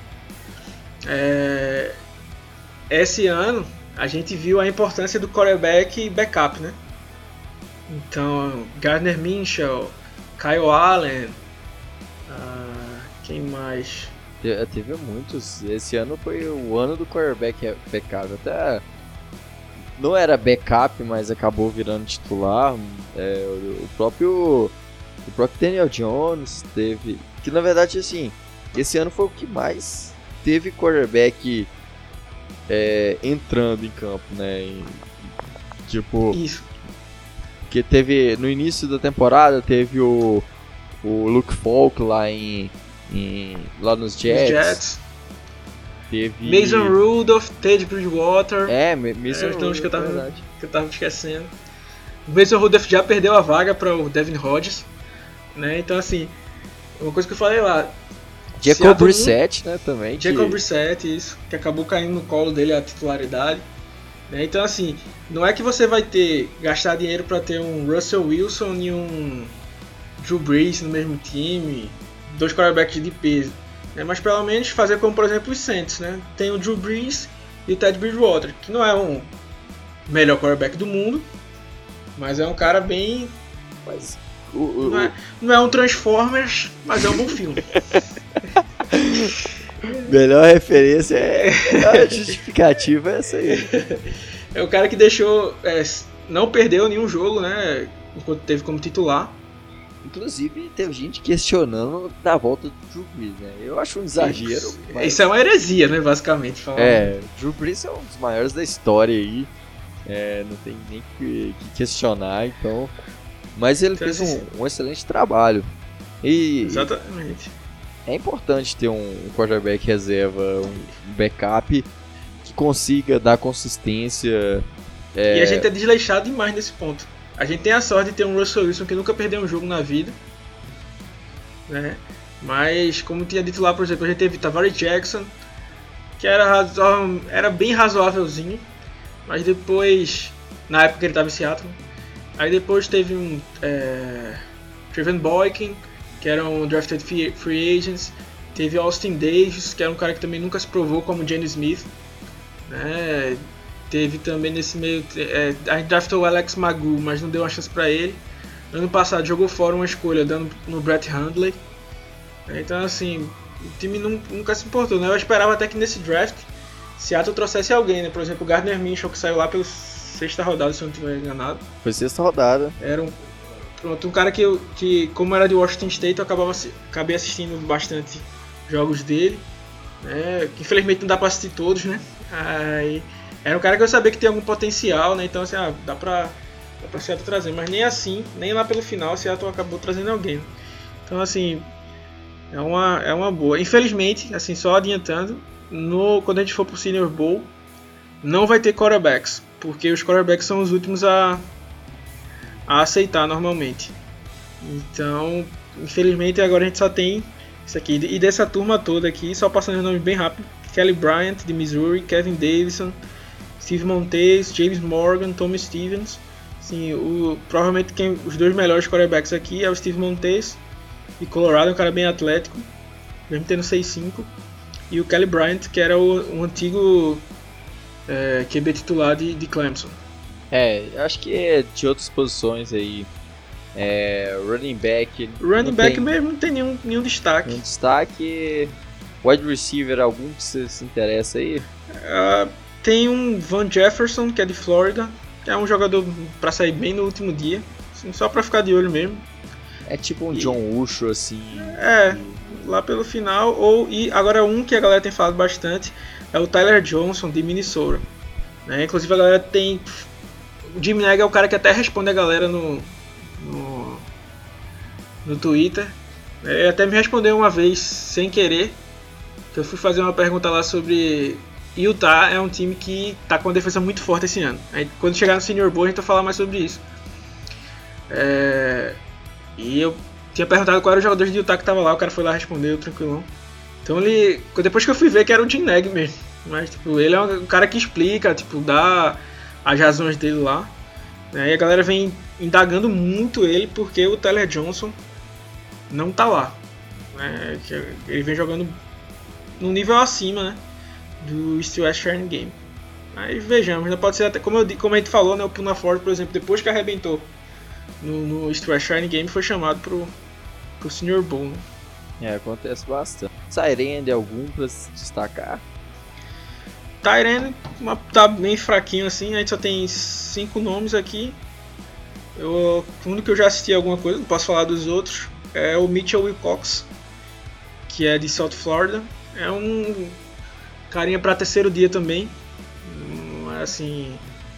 É, esse ano a gente viu a importância do quarterback backup, né? Então, Gardner Minshew, Kyle Allen, uh, quem mais? Te, teve muitos. Esse ano foi o ano do quarterback backup. Até não era backup, mas acabou virando titular. É, o, o próprio o próprio Daniel Jones teve, que na verdade assim, esse ano foi o que mais teve quarterback é, entrando em campo, né? E, tipo, isso. Que teve no início da temporada teve o o Luke Falk lá em, em lá nos Jets. Jets. Teve Mason Rudolph, Teddy Bridgewater. É, Mason é, Rudolph, que eu tava, verdade. que eu tava esquecendo. O Mason Rudolph já perdeu a vaga para o Devin Hodges, né? Então assim, uma coisa que eu falei lá, Jacob Brissett, né, também. Jacob que... Brissett, isso, que acabou caindo no colo dele a titularidade. Né? Então assim, não é que você vai ter gastar dinheiro para ter um Russell Wilson e um Drew Brees no mesmo time, dois quarterbacks de peso, né? Mas pelo menos fazer como por exemplo os Saints, né? Tem o Drew Brees e o Teddy Bridgewater, que não é um melhor quarterback do mundo, mas é um cara bem... Mas, o, o, não, é, não é um Transformers, mas é um bom filme. Melhor referência é a justificativa é essa aí. É o cara que deixou, é, não perdeu nenhum jogo, né, enquanto teve como titular. Inclusive teve gente questionando da volta do Drew Brees, né? Eu acho um exagero. Mas... Isso é uma heresia, né, basicamente. Falando. É, Drew Brees é um dos maiores da história aí. É, não tem nem que, que questionar, então. Mas ele então, fez um, um excelente trabalho. E, exatamente. É importante ter um quarterback reserva, um backup que consiga dar consistência. É... E a gente é desleixado demais nesse ponto. A gente tem a sorte de ter um Russell Wilson que nunca perdeu um jogo na vida, né? Mas, como tinha dito lá, por exemplo, a gente teve Tavares Jackson, que era, razo... era bem razoávelzinho, mas depois, na época que ele estava em Seattle, aí depois teve um é... Trevon Boykin, que era um drafted free agents, teve Austin Davis, que era um cara que também nunca se provou como Geno Smith, né? teve também nesse meio... É, a gente draftou o Alex Magu, mas não deu uma chance para ele. Ano passado jogou fora uma escolha, dando no Brett Hundley. Então, assim, o time nunca se importou, né? Eu esperava até que nesse draft Seattle trouxesse alguém, né? Por exemplo, o Gardner Minshew, que saiu lá pela sexta rodada, se eu não estiver enganado. Foi sexta rodada. Era um, pronto, um cara que, eu, que, como era de Washington State, eu acabava, acabei assistindo bastante jogos dele. Né? Que infelizmente não dá pra assistir todos, né? Aí, era um cara que eu sabia que tinha algum potencial, né? Então, assim, ah, dá pra... Dá pra Seattle trazer, mas nem assim, nem lá pelo final, Seattle acabou trazendo alguém. Então, assim, é uma, é uma boa. Infelizmente, assim, só adiantando, no, quando a gente for pro Senior Bowl, não vai ter quarterbacks, porque os quarterbacks são os últimos a, a aceitar normalmente. Então, infelizmente, agora a gente só tem isso aqui. E dessa turma toda aqui, só passando os nomes bem rápido: Kelly Bryant, de Missouri, Kevin Davidson, Steve Montez, James Morgan, Tommy Stevens. Sim, o, provavelmente quem, os dois melhores quarterbacks aqui é o Steve Montez, de Colorado, um cara bem atlético, mesmo tendo seis cinco, e o Kelly Bryant, que era o, o antigo é, Q B titular de, de Clemson. É, acho que é de outras posições aí. É, running back. Running back tem, mesmo não tem nenhum, nenhum destaque. Um destaque. Wide receiver, algum que você se interessa aí? Uh, tem um Van Jefferson, que é de Flórida. É um jogador pra sair bem no último dia, assim, só pra ficar de olho mesmo. É tipo um e, John Ucho, assim. É, lá pelo final. Ou, e agora um que a galera tem falado bastante é o Tyler Johnson, de Minnesota. Né? Inclusive a galera tem... O Jim Nagy é o cara que até responde a galera no, no, no Twitter. Ele até me respondeu uma vez, sem querer, que eu fui fazer uma pergunta lá sobre... Utah é um time que tá com uma defesa muito forte esse ano. Aí, quando chegar no Senior Bowl a gente vai falar mais sobre isso. É... E eu tinha perguntado qual era o jogador de Utah que tava lá, o cara foi lá responder, tranquilão. Então ele... Depois que eu fui ver que era o Jim Nagy mesmo. Mas tipo, ele é um cara que explica, tipo, dá as razões dele lá. Né? E a galera vem indagando muito ele porque o Tyler Johnson não tá lá. Né? Ele vem jogando num nível acima, né? Do East West Shrine Game. Mas vejamos, não pode ser até como, eu, como a gente falou, né, o Puna Ford, por exemplo, depois que arrebentou no, no East West Shrine Game, foi chamado pro, pro Senior Bowl. Né? É, acontece bastante. Tyrande algum pra se destacar? Tyrande tá bem fraquinho assim, a gente só tem cinco nomes aqui. Eu, o único que eu já assisti alguma coisa, não posso falar dos outros, é o Mitchell Wilcox, que é de South Florida. É um carinha para terceiro dia também, assim,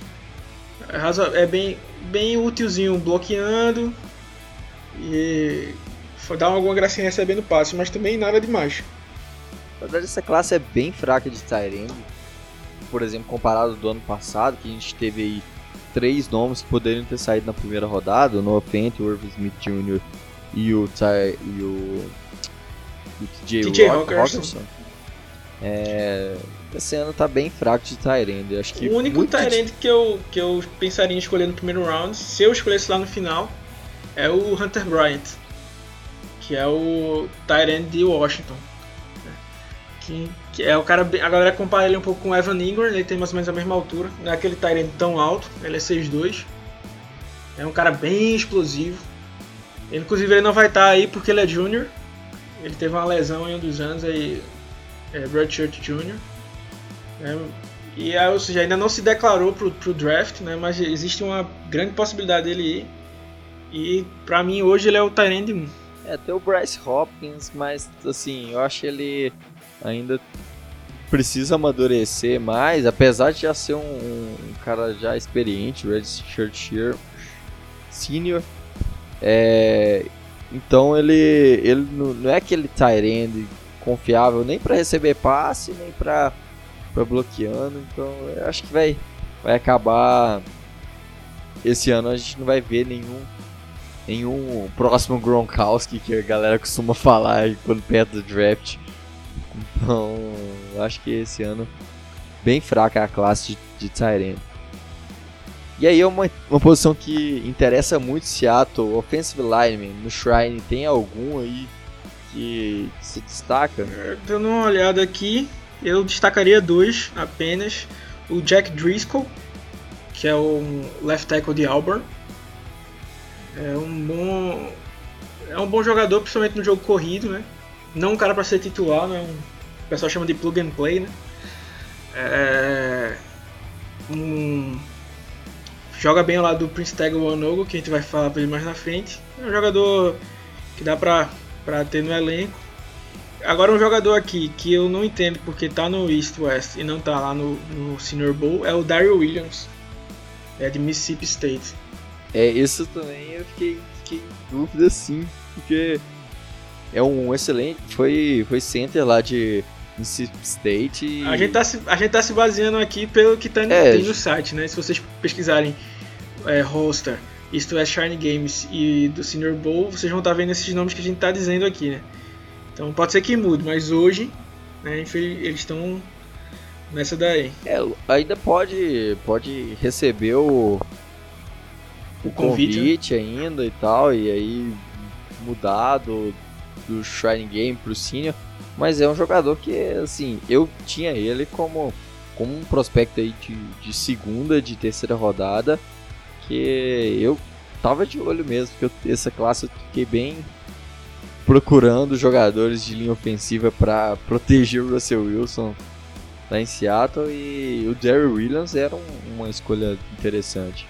é bem, bem útilzinho bloqueando e dá alguma gracinha recebendo passe, mas também nada demais. Na verdade, essa classe é bem fraca de tight end, por exemplo, comparado do ano passado, que a gente teve aí três nomes que poderiam ter saído na primeira rodada: o Noah Fant, o Irv Smith Júnior e o, Ty, e o, o T J Hockenson. É, esse ano tá bem fraco de tight end. Acho que o único tight end que eu, que eu pensaria em escolher no primeiro round, se eu escolhesse lá no final, é o Hunter Bryant, que é o tight end de Washington. Que, que é o cara, a galera compara ele um pouco com o Evan Ingram, ele tem mais ou menos a mesma altura, não é aquele tight end tão alto, ele é seis dois. É um cara bem explosivo. Ele, inclusive ele não vai estar aí porque ele é júnior. Ele teve uma lesão em um dos anos aí. É, Redshirt Júnior É, e ou seja, ainda não se declarou pro, pro draft, né, mas existe uma grande possibilidade dele ir. E pra mim hoje ele é o tight end um. É, tem o Bryce Hopkins, mas assim, eu acho que ele ainda precisa amadurecer mais, apesar de já ser um, um cara já experiente, Redshirt Senior. É, então ele, ele não, não é aquele tight end confiável nem para receber passe, nem para para bloqueando, então eu acho que vai vai acabar esse ano, a gente não vai ver nenhum nenhum próximo Gronkowski que a galera costuma falar quando perto do draft. Então, eu acho que esse ano bem fraca a classe de, de tight end. E aí é uma, uma posição que interessa muito Seattle, offensive lineman. No Shrine tem algum aí que se destaca? Dando uma olhada aqui, eu destacaria dois apenas. o Jack Driscoll, que é o left tackle de Auburn. É um bom, é um bom jogador, principalmente no jogo corrido, né? Não um cara para ser titular, né? Um, o pessoal chama de plug and play, né? É, um, joga bem ao lado do Prince Tega Wanogho, que a gente vai falar para ele mais na frente. É um jogador que dá para para ter no elenco. Agora um jogador aqui que eu não entendo porque tá no East West e não tá lá no, no Senior Bowl é o Daryl Williams, é de Mississippi State. É, isso também eu fiquei, fiquei em dúvida sim, porque é um excelente, foi, foi center lá de Mississippi State. E... A, gente tá se, a gente tá se baseando aqui pelo que tá, é, tem no site, né? Se vocês pesquisarem é, roster, East West Shrine Games e do Senior Bowl, vocês vão estar tá vendo esses nomes que a gente tá dizendo aqui, né? Então pode ser que mude, mas hoje, né, eles estão nessa daí. É, ainda pode, pode receber o, o convite, convite né? ainda e tal, e aí mudar do, do Shrine Game pro Senior, mas é um jogador que, assim, eu tinha ele como, como um prospecto aí de, de segunda, de terceira rodada, que eu tava de olho mesmo, porque eu, essa classe eu fiquei bem... procurando jogadores de linha ofensiva para proteger o Russell Wilson lá em Seattle, e o Daryl Williams era um, uma escolha interessante.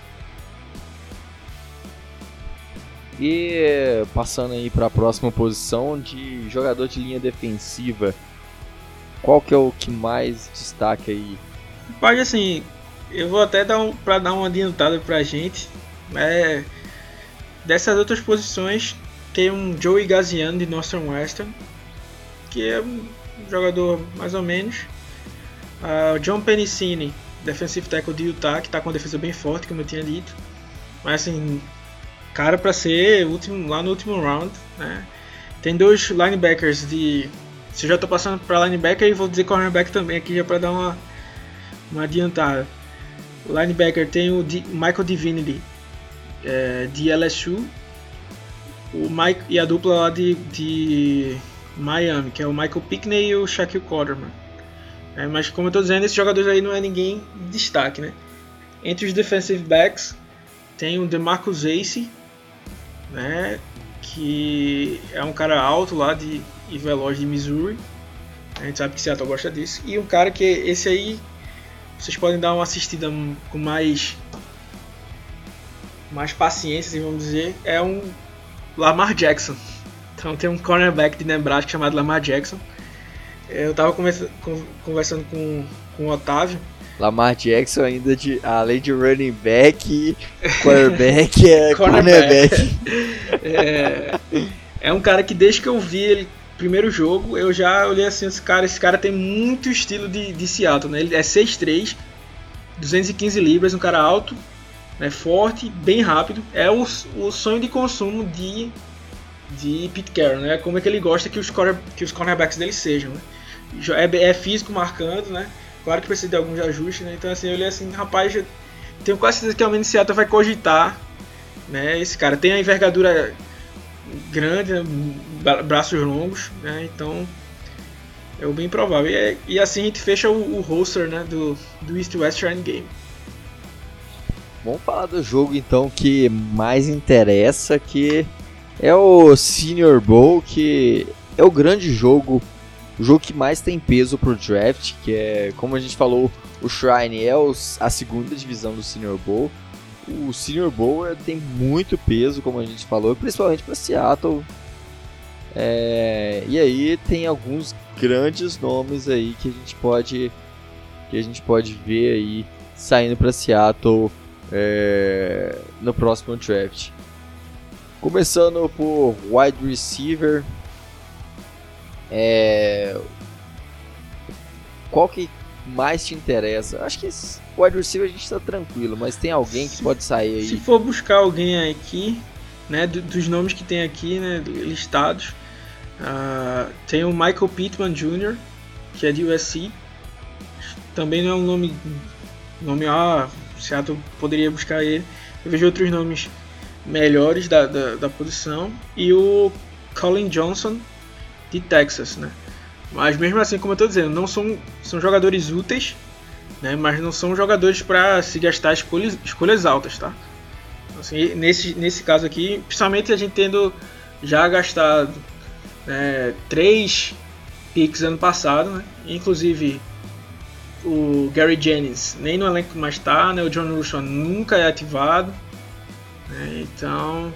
E passando aí para a próxima posição de jogador de linha defensiva, qual que é o que mais destaca aí? Pode, assim, eu vou até dar um, para dar uma adiantada pra gente, é, dessas outras posições. Tem um Joey Gaziano de Northwestern, que é um jogador mais ou menos. O uh, John Penicini, defensive tackle de Utah, que está com uma defesa bem forte, como eu tinha dito. Mas assim, cara para ser último, lá no último round, né? Tem dois linebackers de... Se eu já estou passando para linebacker, e vou dizer cornerback também aqui, já para dar uma, uma adiantada. O linebacker tem o D- Michael Divinity, é, de L S U. O Mike, e a dupla lá de, de Miami, que é o Michael Pickney e o Shaquille Quarterman. É, mas como eu estou dizendo, esses jogadores aí não é ninguém de destaque, né? Entre os defensive backs tem o DeMarcus Ace, né? Que é um cara alto lá de, e veloz de Missouri. A gente sabe que Seattle gosta disso. E um cara que esse aí vocês podem dar uma assistida com mais, mais paciência, vamos dizer, é um Lamar Jackson. Então tem um cornerback de Nebraska chamado Lamar Jackson. Eu tava conversa, conversando com, com o Otávio. Lamar Jackson ainda de, além de running back, quarterback, é cornerback. é, é um cara que desde que eu vi ele primeiro jogo, eu já olhei assim, esse cara, esse cara tem muito estilo de, de Seattle, né? Ele é seis três, duzentas e quinze libras, um cara alto, né, forte, bem rápido. É o, o sonho de consumo de, de Pete Carroll, né? Como é que ele gosta que os, corner, que os cornerbacks dele sejam, né? É, é físico marcando, né? Claro que precisa de alguns ajustes, né? Então assim, eu olhei assim, rapaz, eu tenho quase certeza que o Almini Seattle vai cogitar, né? Esse cara tem a envergadura grande, né? Braços longos, né? Então é bem provável. E, e assim a gente fecha o, o roster, né? do, do East West Shrine Game. Vamos falar do jogo então que mais interessa, que é o Senior Bowl, que é o grande jogo, o jogo que mais tem peso pro draft, que é, como a gente falou, o Shrine é os, a segunda divisão do Senior Bowl. O Senior Bowl tem muito peso, como a gente falou, principalmente para Seattle. É, e aí tem alguns grandes nomes aí que a gente pode, que a gente pode ver aí saindo para Seattle é, no próximo draft. Começando por wide receiver. É, qual que mais te interessa? Acho que esse wide receiver a gente tá tranquilo, mas tem alguém que se, pode sair aí? Se for buscar alguém aqui, né, do, dos nomes que tem aqui, né, listados, uh, tem o Michael Pittman Júnior, que é de U S C. Também não é um nome, nome ah, Seattle poderia buscar ele. Eu vejo outros nomes melhores da, da, da posição. E o Colin Johnson, de Texas, né? Mas mesmo assim, como eu estou dizendo, não são, são jogadores úteis, né? Mas não são jogadores para se gastar escolhas, escolhas altas, tá? Assim, nesse, nesse caso aqui, principalmente a gente tendo já gastado né, três picks ano passado, né? Inclusive o Gary Jennings nem no elenco mais está, né? O John Russo nunca é ativado, né? Então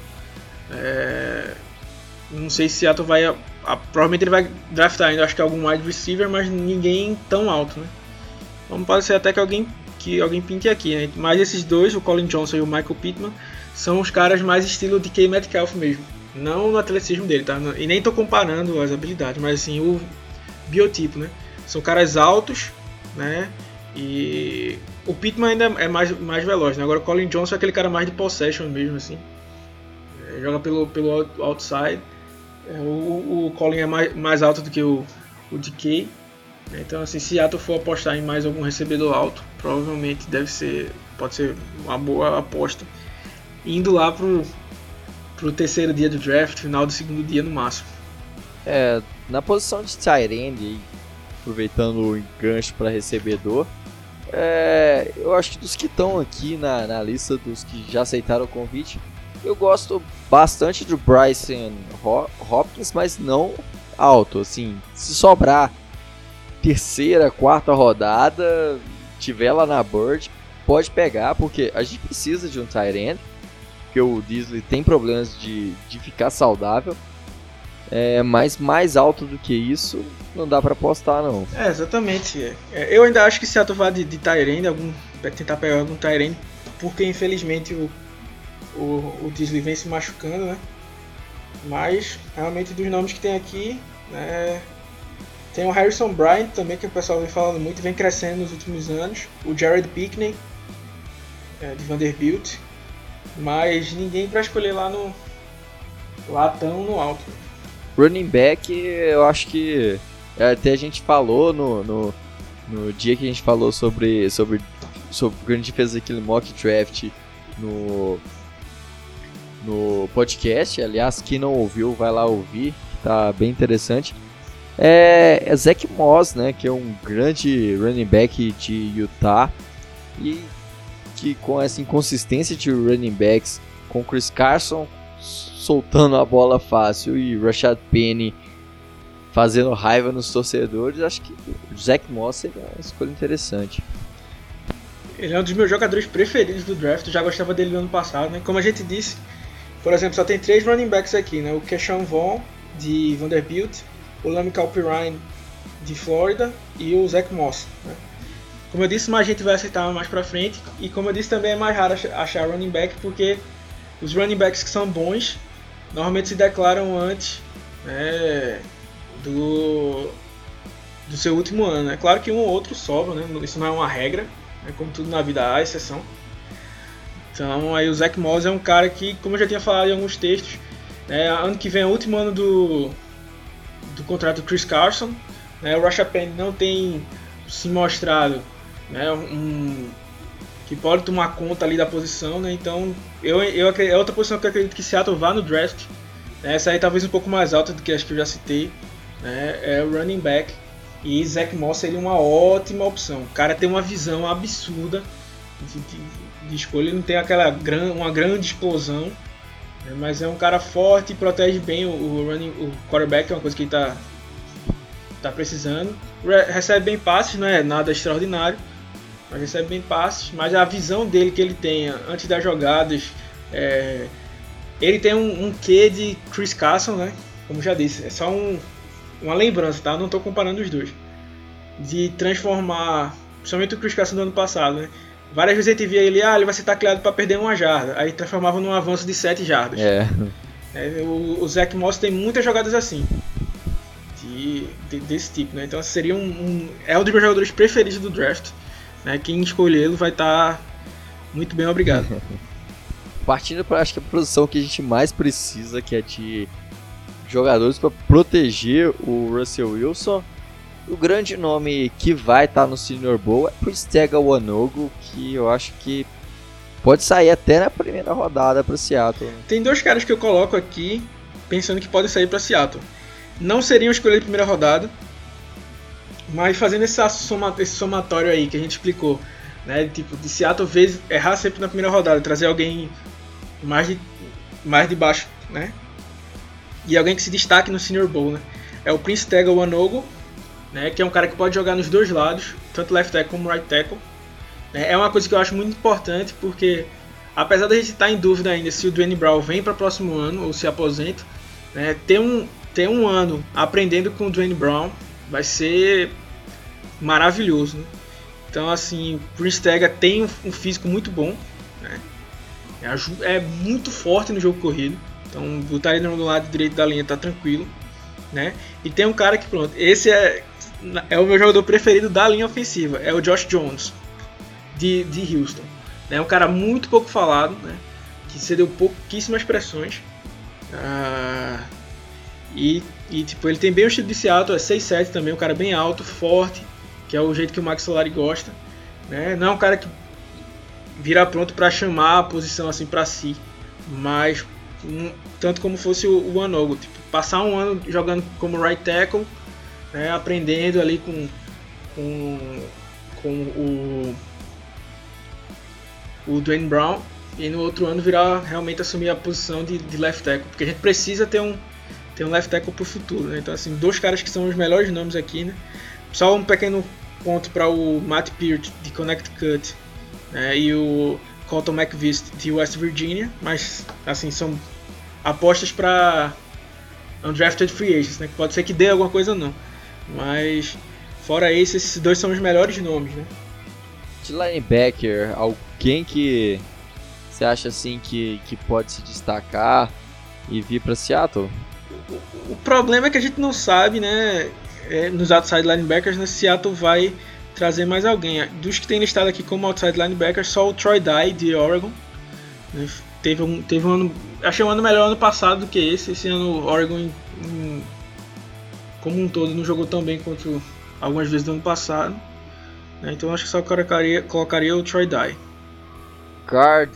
é, não sei se Seattle vai a, a, provavelmente ele vai draftar ainda, acho que algum wide receiver, mas ninguém tão alto, né? Então pode ser até que alguém que alguém pinte aqui, né? Mas esses dois, o Colin Johnson e o Michael Pittman, são os caras mais estilo de K. Metcalf mesmo, não no atleticismo dele, tá? E nem tô comparando as habilidades, mas assim o biotipo, né? São caras altos, né? E o Pittman ainda é mais, mais veloz, né? Agora o Colin Johnson é aquele cara mais de possession mesmo, assim. É, joga pelo, pelo outside. É, o, o Colin é mais, mais alto do que o, o D K. Então, assim, se Seattle for apostar em mais algum recebedor alto, provavelmente deve ser, pode ser uma boa aposta. Indo lá pro, pro terceiro dia do draft, final do segundo dia no máximo. É, na posição de tight end, aproveitando o gancho para recebedor, é, eu acho que dos que estão aqui na, na lista dos que já aceitaram o convite, eu gosto bastante do Bryson Hopkins, mas não alto. Assim, se sobrar terceira, quarta rodada, tiver lá na Bird, pode pegar, porque a gente precisa de um tight end, porque o Disley tem problemas de, de ficar saudável. É, mas mais alto do que isso não dá pra apostar, não. É, exatamente. É, eu ainda acho que Seattle vai de, de tight end, algum, vai tentar pegar algum tight end, porque infelizmente o, o, o Disley vem se machucando, né? Mas realmente dos nomes que tem aqui, né, tem o Harrison Bryant também, que o pessoal vem falando muito, vem crescendo nos últimos anos. O Jared Pickney, é, de Vanderbilt, mas ninguém pra escolher lá no lá tão no alto. Running back, eu acho que até a gente falou no, no, no dia que a gente falou sobre, sobre, sobre quando a gente fez aquele mock draft no, no podcast. Aliás, quem não ouviu, vai lá ouvir, que tá bem interessante. É, é Zach Moss, né, que é um grande running back de Utah e que com essa inconsistência de running backs, com Chris Carson soltando a bola fácil e Rashad Penny fazendo raiva nos torcedores, acho que o Zach Moss seria uma escolha interessante. Ele é um dos meus jogadores preferidos do draft, eu já gostava dele no ano passado, né? Como a gente disse, por exemplo, só tem três running backs aqui, né? O Keshawn Vaughn, de Vanderbilt, o Lamical Pirine, de Flórida, e o Zach Moss, né? Como eu disse, mais gente vai aceitar mais pra frente, e como eu disse, também é mais raro achar running back, porque os running backs que são bons normalmente se declaram antes, né, do, do seu último ano. É claro que um ou outro sobra, né? Isso não é uma regra, né? Como tudo na vida há exceção. Então aí o Zach Moss é um cara que, como eu já tinha falado em alguns textos, né, ano que vem é o último ano do, do contrato do Chris Carson, né? O Rashad Penny não tem se mostrado, né, um, que pode tomar conta ali da posição, né? Então eu, eu, é outra posição que eu acredito que Seattle vá no draft, né? Essa aí talvez um pouco mais alta do que as que eu já citei, né? É o running back, e Zach Moss seria uma ótima opção. O cara tem uma visão absurda de, de, de escolha, ele não tem aquela gran, uma grande explosão, né? Mas é um cara forte e protege bem o, o, running, o quarterback, é uma coisa que ele está tá precisando. Recebe bem passes, não é nada extraordinário, mas recebe bem passes, mas a visão dele que ele tem antes das jogadas, é, ele tem um, um quê de Chris Carson, né? Como já disse, é só um, uma lembrança, tá? Não estou comparando os dois. De transformar, principalmente o Chris Carson do ano passado, né? Várias vezes a gente via ele, ah, ele vai ser tacleado para perder uma jarda, aí transformava num avanço de sete jardas. É. É, o, o Zach Moss tem muitas jogadas assim, de, de, desse tipo, né? Então seria um, um, é um dos meus jogadores preferidos do draft. Né, quem escolhê-lo vai estar tá muito bem, obrigado. Partindo para, acho que a posição que a gente mais precisa, que é de jogadores para proteger o Russell Wilson, o grande nome que vai estar tá no Senior Bowl é o Stega Wanogo, que eu acho que pode sair até na primeira rodada para Seattle. Tem dois caras que eu coloco aqui pensando que podem sair para Seattle. Não seriam escolher de primeira rodada, Mas fazendo esse, soma, esse somatório aí que a gente explicou, né? Tipo, de Seattle vezes errar sempre na primeira rodada, trazer alguém mais de, mais de baixo, né? E alguém que se destaque no Senior Bowl, né? É o Prince Tega Wanogho, né? Que é um cara que pode jogar nos dois lados, tanto left tackle como right tackle. Né? É uma coisa que eu acho muito importante, porque apesar da gente estar em dúvida ainda se o Dwayne Brown vem para o próximo ano ou se aposenta, né? ter, um, ter um ano aprendendo com o Dwayne Brown vai ser maravilhoso. Né? Então, assim, o Prince Tega tem um, um físico muito bom, né? é, é muito forte no jogo corrido. Então, botar ele no lado direito da linha tá tranquilo, né? E tem um cara que, pronto, esse é, é o meu jogador preferido da linha ofensiva, é o Josh Jones, de, de Houston. É um cara muito pouco falado, né? Que cedeu pouquíssimas pressões. Ah, e, e, tipo, ele tem bem o estilo de Seattle, é seis sete também, um cara bem alto, forte, que é o jeito que o Max Solari gosta, né? Não é um cara que vira pronto para chamar a posição assim para si, mas um, tanto como fosse o, o Wanogho, tipo, passar um ano jogando como right tackle, né, aprendendo ali com, com, com o, o Dwayne Brown, e no outro ano virar realmente assumir a posição de, de left tackle, porque a gente precisa ter um, ter um left tackle para o futuro, né? Então, assim, dois caras que são os melhores nomes aqui, né? Só um pequeno ponto para o Matt Peart de Connecticut, né, e o Colton McVist de West Virginia, mas assim são apostas para undrafted free agents, né, que pode ser que dê alguma coisa ou não, mas fora isso, esses dois são os melhores nomes, né? De linebacker, alguém que você acha assim que, que pode se destacar e vir para Seattle? O, o problema é que a gente não sabe, né, é, nos outside linebackers, né, Seattle vai trazer mais alguém. Dos que tem listado aqui como outside linebacker, só o Troy Dye de Oregon, né? Teve um, teve um ano, achei um ano melhor ano passado do que esse. Esse ano o Oregon em, em, como um todo não jogou tão bem quanto algumas vezes do ano passado, né? Então acho que só colocaria, colocaria o Troy Dye. Guard,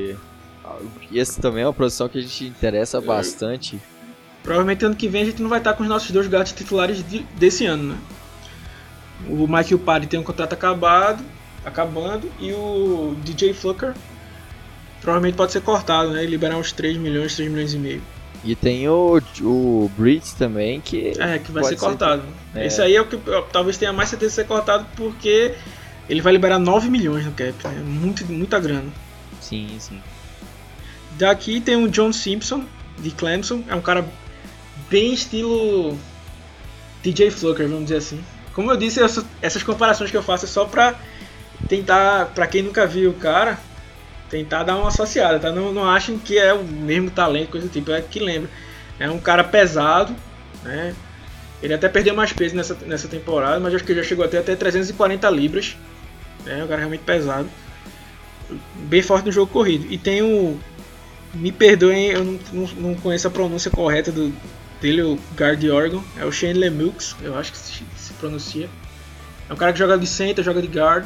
esse também é uma posição que a gente interessa bastante. Provavelmente ano que vem a gente não vai estar com os nossos dois guards titulares de, desse ano, né? O Michael Paddy tem um contrato acabado, acabando, e o D J Fluker provavelmente pode ser cortado, né? E liberar uns três milhões, três milhões e meio. E tem o, o Brits também, que é, que vai ser cortado. Ser... É. Esse aí é o que eu, talvez tenha mais certeza de ser cortado, porque ele vai liberar nove milhões no cap, né? Muito, muita grana. Sim, sim. Daqui tem o John Simpson, de Clemson, é um cara bem estilo D J Fluker, vamos dizer assim. Como eu disse, essas, essas comparações que eu faço é só pra tentar, pra quem nunca viu o cara, tentar dar uma associada, tá? Não, não achem que é o mesmo talento, coisa do tipo, é que lembra. É um cara pesado, né? Ele até perdeu mais peso nessa, nessa temporada, mas acho que já chegou até, até trezentas e quarenta libras. É um cara realmente pesado. Bem forte no jogo corrido. E tem o... Me perdoem, eu não, não, não conheço a pronúncia correta do, dele, o guard de Oregon. É o Shane Lemux, eu acho que se, se pronuncia. É um cara que joga de center, joga de guard.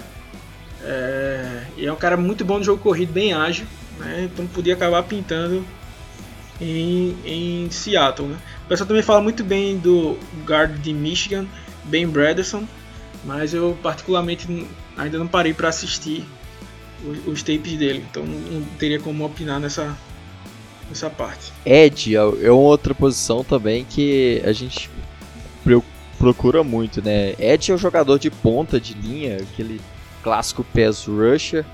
É, e é um cara muito bom no jogo corrido, bem ágil, né? Então podia acabar pintando em, em Seattle, né? O pessoal também fala muito bem do guard de Michigan, Ben Bredesen, mas eu particularmente ainda não parei para assistir os, os tapes dele, então não teria como opinar nessa, nessa parte. Edge é uma outra posição também que a gente procura muito, né? Edge é o jogador de ponta de linha, aquele clássico pass rusher.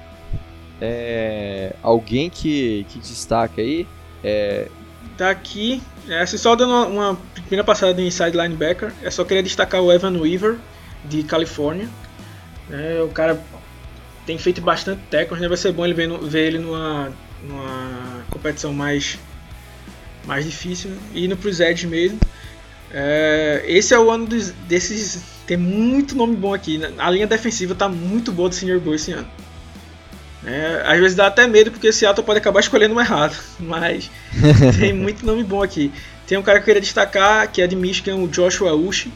É, alguém que, que destaca aí? É... Tá aqui, é, só dando uma, uma primeira passada em inside linebacker, é só querer destacar o Evan Weaver, de Califórnia. É, o cara tem feito bastante tackles, né? Vai ser bom ele ver, ver ele numa, numa competição mais, mais difícil, né? E indo pros edge mesmo. É, esse é o ano dos, desses. Tem muito nome bom aqui. A linha defensiva tá muito boa do Senior Bowl esse ano. É, às vezes dá até medo porque o Seattle pode acabar escolhendo um errado. Mas tem muito nome bom aqui. Tem um cara que eu queria destacar que é de Michigan, o Joshua Uche.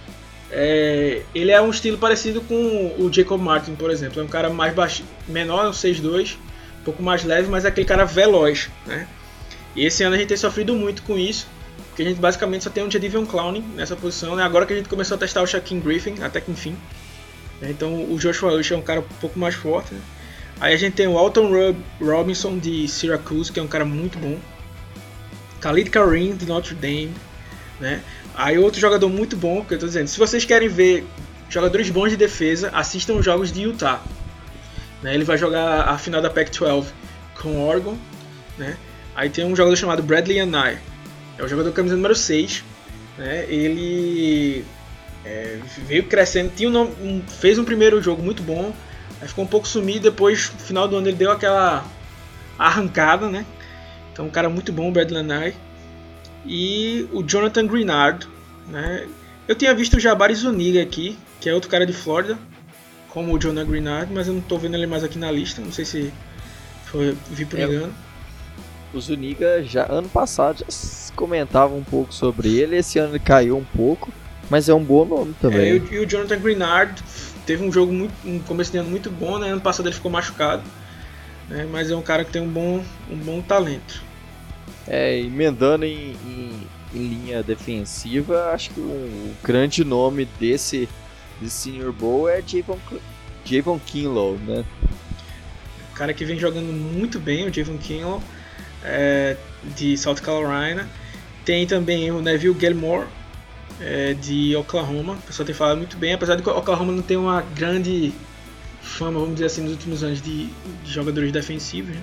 É, ele é um estilo parecido com o Jacob Martin, por exemplo. É um cara mais baixo, menor, um seis dois, um pouco mais leve, mas é aquele cara veloz, né? E esse ano a gente tem sofrido muito com isso. porque a gente basicamente só tem um Jadeveon Clowney nessa posição, né? Agora que a gente começou a testar o Shaquem Griffin, até que enfim. Né? Então o Joshua Uche é um cara um pouco mais forte, né? Aí a gente tem o Alton Robinson de Syracuse, que é um cara muito bom. Khalid Kareem de Notre Dame, né? Aí outro jogador muito bom, que eu tô dizendo, se vocês querem ver jogadores bons de defesa, assistam os jogos de Utah. Né? Ele vai jogar a final da Pac doze com Oregon, né? Aí tem um jogador chamado Bradley Anae, é o jogador camisa número seis, né? Ele é, veio crescendo, tinha um nome, um, fez um primeiro jogo muito bom, aí ficou um pouco sumido, depois no final do ano ele deu aquela arrancada, né? Então um cara muito bom, o Bradley Anae. E o Jonathan Greenard, né? Eu tinha visto o Jabari Zuniga aqui, que é outro cara de Flórida, como o Jonathan Greenard, mas eu não estou vendo ele mais aqui na lista, não sei se foi, vi por engano. O Zuniga, já, ano passado, já se comentava um pouco sobre ele, esse ano ele caiu um pouco, mas é um bom nome também. É, e, o, e o Jonathan Greenard teve um jogo, muito, um começo de ano muito bom, né? Ano passado ele ficou machucado, né? Mas é um cara que tem um bom, um bom talento. É, emendando em, em, em linha defensiva, acho que o grande nome desse, desse Senior Bowl é Javon, Javon Kinlaw, né? O cara que vem jogando muito bem, o Javon Kinlaw, é, de South Carolina. Tem também o Neville Gallimore, é, de Oklahoma. O pessoal tem falado muito bem, apesar de que o Oklahoma não tem uma grande fama, vamos dizer assim, nos últimos anos de, de jogadores defensivos, né?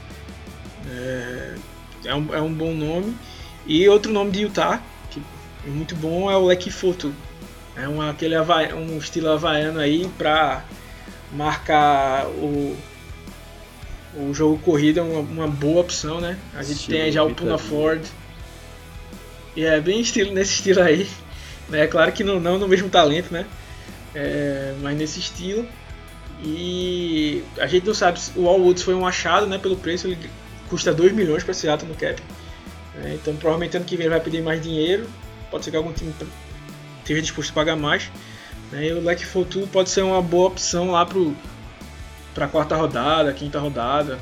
É, É um, é um bom nome. E outro nome de Utah, que é muito bom, é o Leki Fotu. É um, aquele hava, um estilo havaiano aí para marcar o, o jogo corrido, é uma, uma boa opção, né? A gente estilo tem já o Puna Ford. E é bem estilo, nesse estilo aí. É claro que não, não no mesmo talento, né? É, mas nesse estilo. E a gente não sabe se o Al Woods foi um achado, né, pelo preço. Ele custa dois milhões para Seattle no cap. É, então provavelmente ano que vem ele vai pedir mais dinheiro. Pode ser que algum time esteja disposto a pagar mais. É, e o Leki Fotu pode ser uma boa opção lá para a quarta rodada, quinta rodada,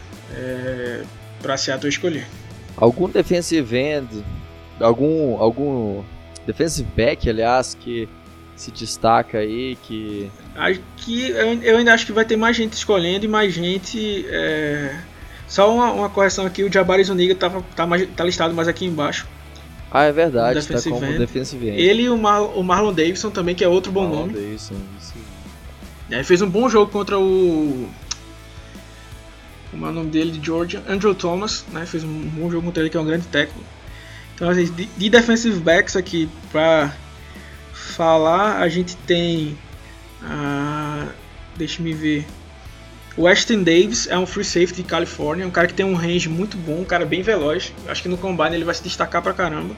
é, para Seattle escolher. Algum defensive end, algum, algum defensive back, aliás, que se destaca aí, que... Aqui eu, eu ainda acho que vai ter mais gente escolhendo e mais gente... É... Só uma, uma correção aqui, o Jabari Zuniga tá, tá, mais, tá listado mais aqui embaixo. Ah, é verdade, tá como end. Defensive end. Ele e o, Mar, o Marlon Davidson também, que é outro bom Marlon nome. Davidson, isso. Ele fez um bom jogo contra o... Como é o nome dele? De Georgia. Andrew Thomas, né? Fez um bom jogo contra ele, que é um grande técnico. Então, assim, de, de defensive backs aqui, pra falar, a gente tem... Ah, deixa me ver... O Ashton Davis é um free safety de Califórnia, um cara que tem um range muito bom, um cara bem veloz. Acho que no combine ele vai se destacar pra caramba.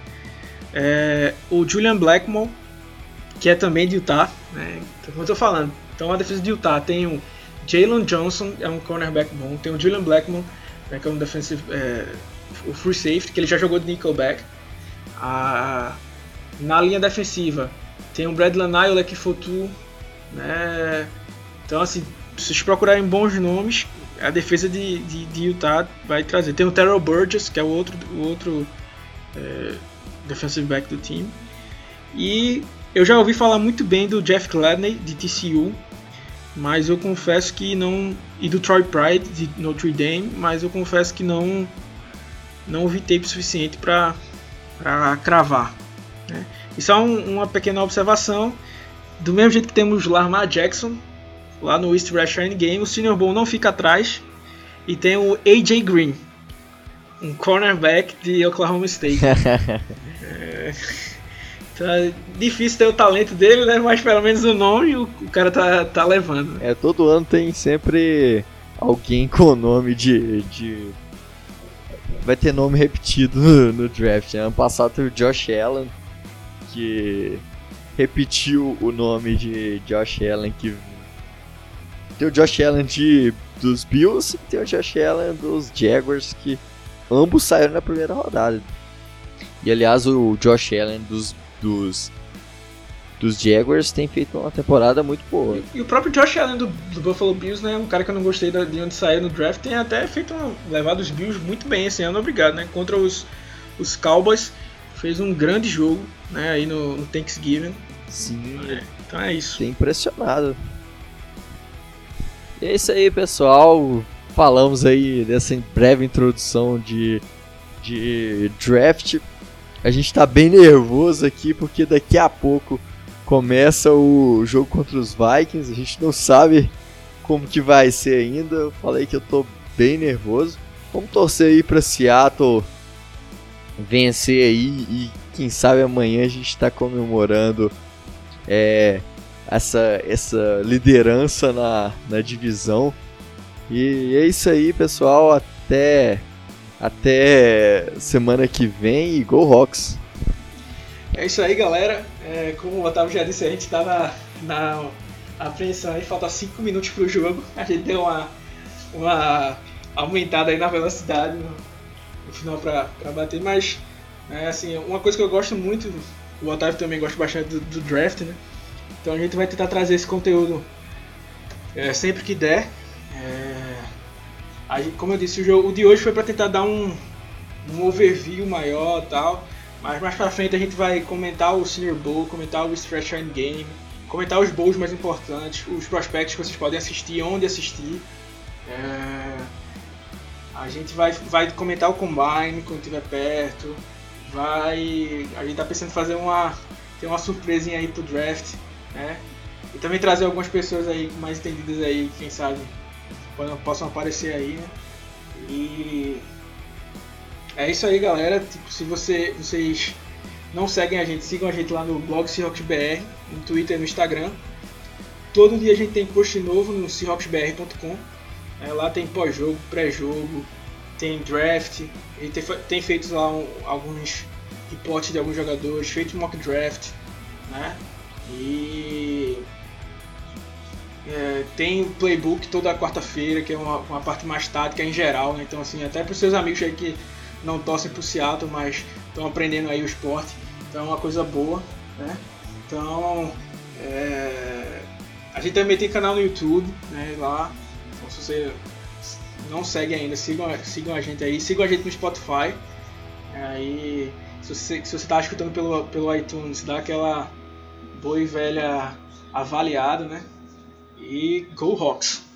É, o Julian Blackmon, que é também de Utah, né? Então, como eu tô falando, então a defesa de Utah tem o Jalen Johnson, é um cornerback bom, tem o Julian Blackmon, né, que é um defensive, é, o free safety, que ele já jogou de nickelback. A, na linha defensiva tem o Bradley Anae, o Leki Fotu, né? Então assim, se vocês procurarem bons nomes, a defesa de, de, de Utah vai trazer. Tem o Terrell Burgess, que é o outro, o outro é, defensive back do time. E eu já ouvi falar muito bem do Jeff Gladney, de T C U, mas eu confesso que não... E do Troy Pride, de Notre Dame, mas eu confesso que não, não ouvi tape suficiente para cravar, né? E só um, uma pequena observação, do mesmo jeito que temos Lamar Jackson, lá no East Russian Game, o Senior Bowl não fica atrás e tem o A J Green, um cornerback de Oklahoma State. é, então é difícil ter o talento dele, né? Mas pelo menos o nome o, o cara tá, tá levando. É, todo ano tem sempre alguém com nome de... de... Vai ter nome repetido no, no draft. Ano passado teve o Josh Allen, que repetiu o nome de Josh Allen, que tem o Josh Allen de, dos Bills e tem o Josh Allen dos Jaguars, que ambos saíram na primeira rodada. E aliás, o Josh Allen dos, dos, dos Jaguars tem feito uma temporada muito boa. E, e o próprio Josh Allen do, do Buffalo Bills, né, um cara que eu não gostei de onde saiu no draft, tem até feito uma, levado os Bills muito bem esse ano, obrigado, né, contra os, os Cowboys. Fez um grande jogo, né, aí no, no Thanksgiving. Sim. É, então é isso. Fiquei impressionado. E é isso aí, pessoal. Falamos aí dessa breve introdução de, de draft. A gente tá bem nervoso aqui porque daqui a pouco começa o jogo contra os Vikings. A gente não sabe como que vai ser ainda. Eu falei que eu tô bem nervoso. Vamos torcer aí pra Seattle vencer aí e quem sabe amanhã a gente tá comemorando é, essa, essa liderança na, na divisão. E é isso aí, pessoal. Até, até semana que vem e Go Hawks! É isso aí, galera. É, como o Otávio já disse, a gente tá na, na apreensão aí, falta cinco minutos pro jogo. A gente deu uma, uma aumentada aí na velocidade no, no final pra, pra bater, mas é, assim, uma coisa que eu gosto muito, o Otávio também gosta bastante do, do draft, né? Então a gente vai tentar trazer esse conteúdo é, sempre que der. É, a gente, como eu disse, o jogo o de hoje foi para tentar dar um, um overview maior e tal, mas mais pra frente a gente vai comentar o Senior Bowl, comentar o Stretch End Game, comentar os bowls mais importantes, os prospects que vocês podem assistir, onde assistir. É, a gente vai, vai comentar o Combine quando estiver perto, vai, a gente tá pensando em fazer uma, ter uma surpresinha aí pro draft, né? E também trazer algumas pessoas aí mais entendidas aí, quem sabe possam aparecer aí, né? E é isso aí, galera. Tipo, se você, vocês não seguem a gente, sigam a gente lá no blog Seahawks B R, no Twitter e no Instagram. Todo dia a gente tem post novo no seahawks b r ponto com. É, lá tem pós-jogo, pré-jogo, tem draft. A gente tem, tem feito lá um, alguns reportes de alguns jogadores, feito mock draft, né? E É, tem o playbook toda quarta-feira, que é uma, uma parte mais tática em geral, né? Então assim, até para os seus amigos aí que não torcem pro Seattle, mas estão aprendendo aí o esporte, então é uma coisa boa, né? Então é, a gente também tem canal no YouTube, né? Lá, então, se você não segue ainda, sigam, sigam a gente aí, sigam a gente no Spotify. Aí, se você se você tá escutando pelo pelo iTunes, dá aquela boa e velha avaliada, né? E Go Hawks!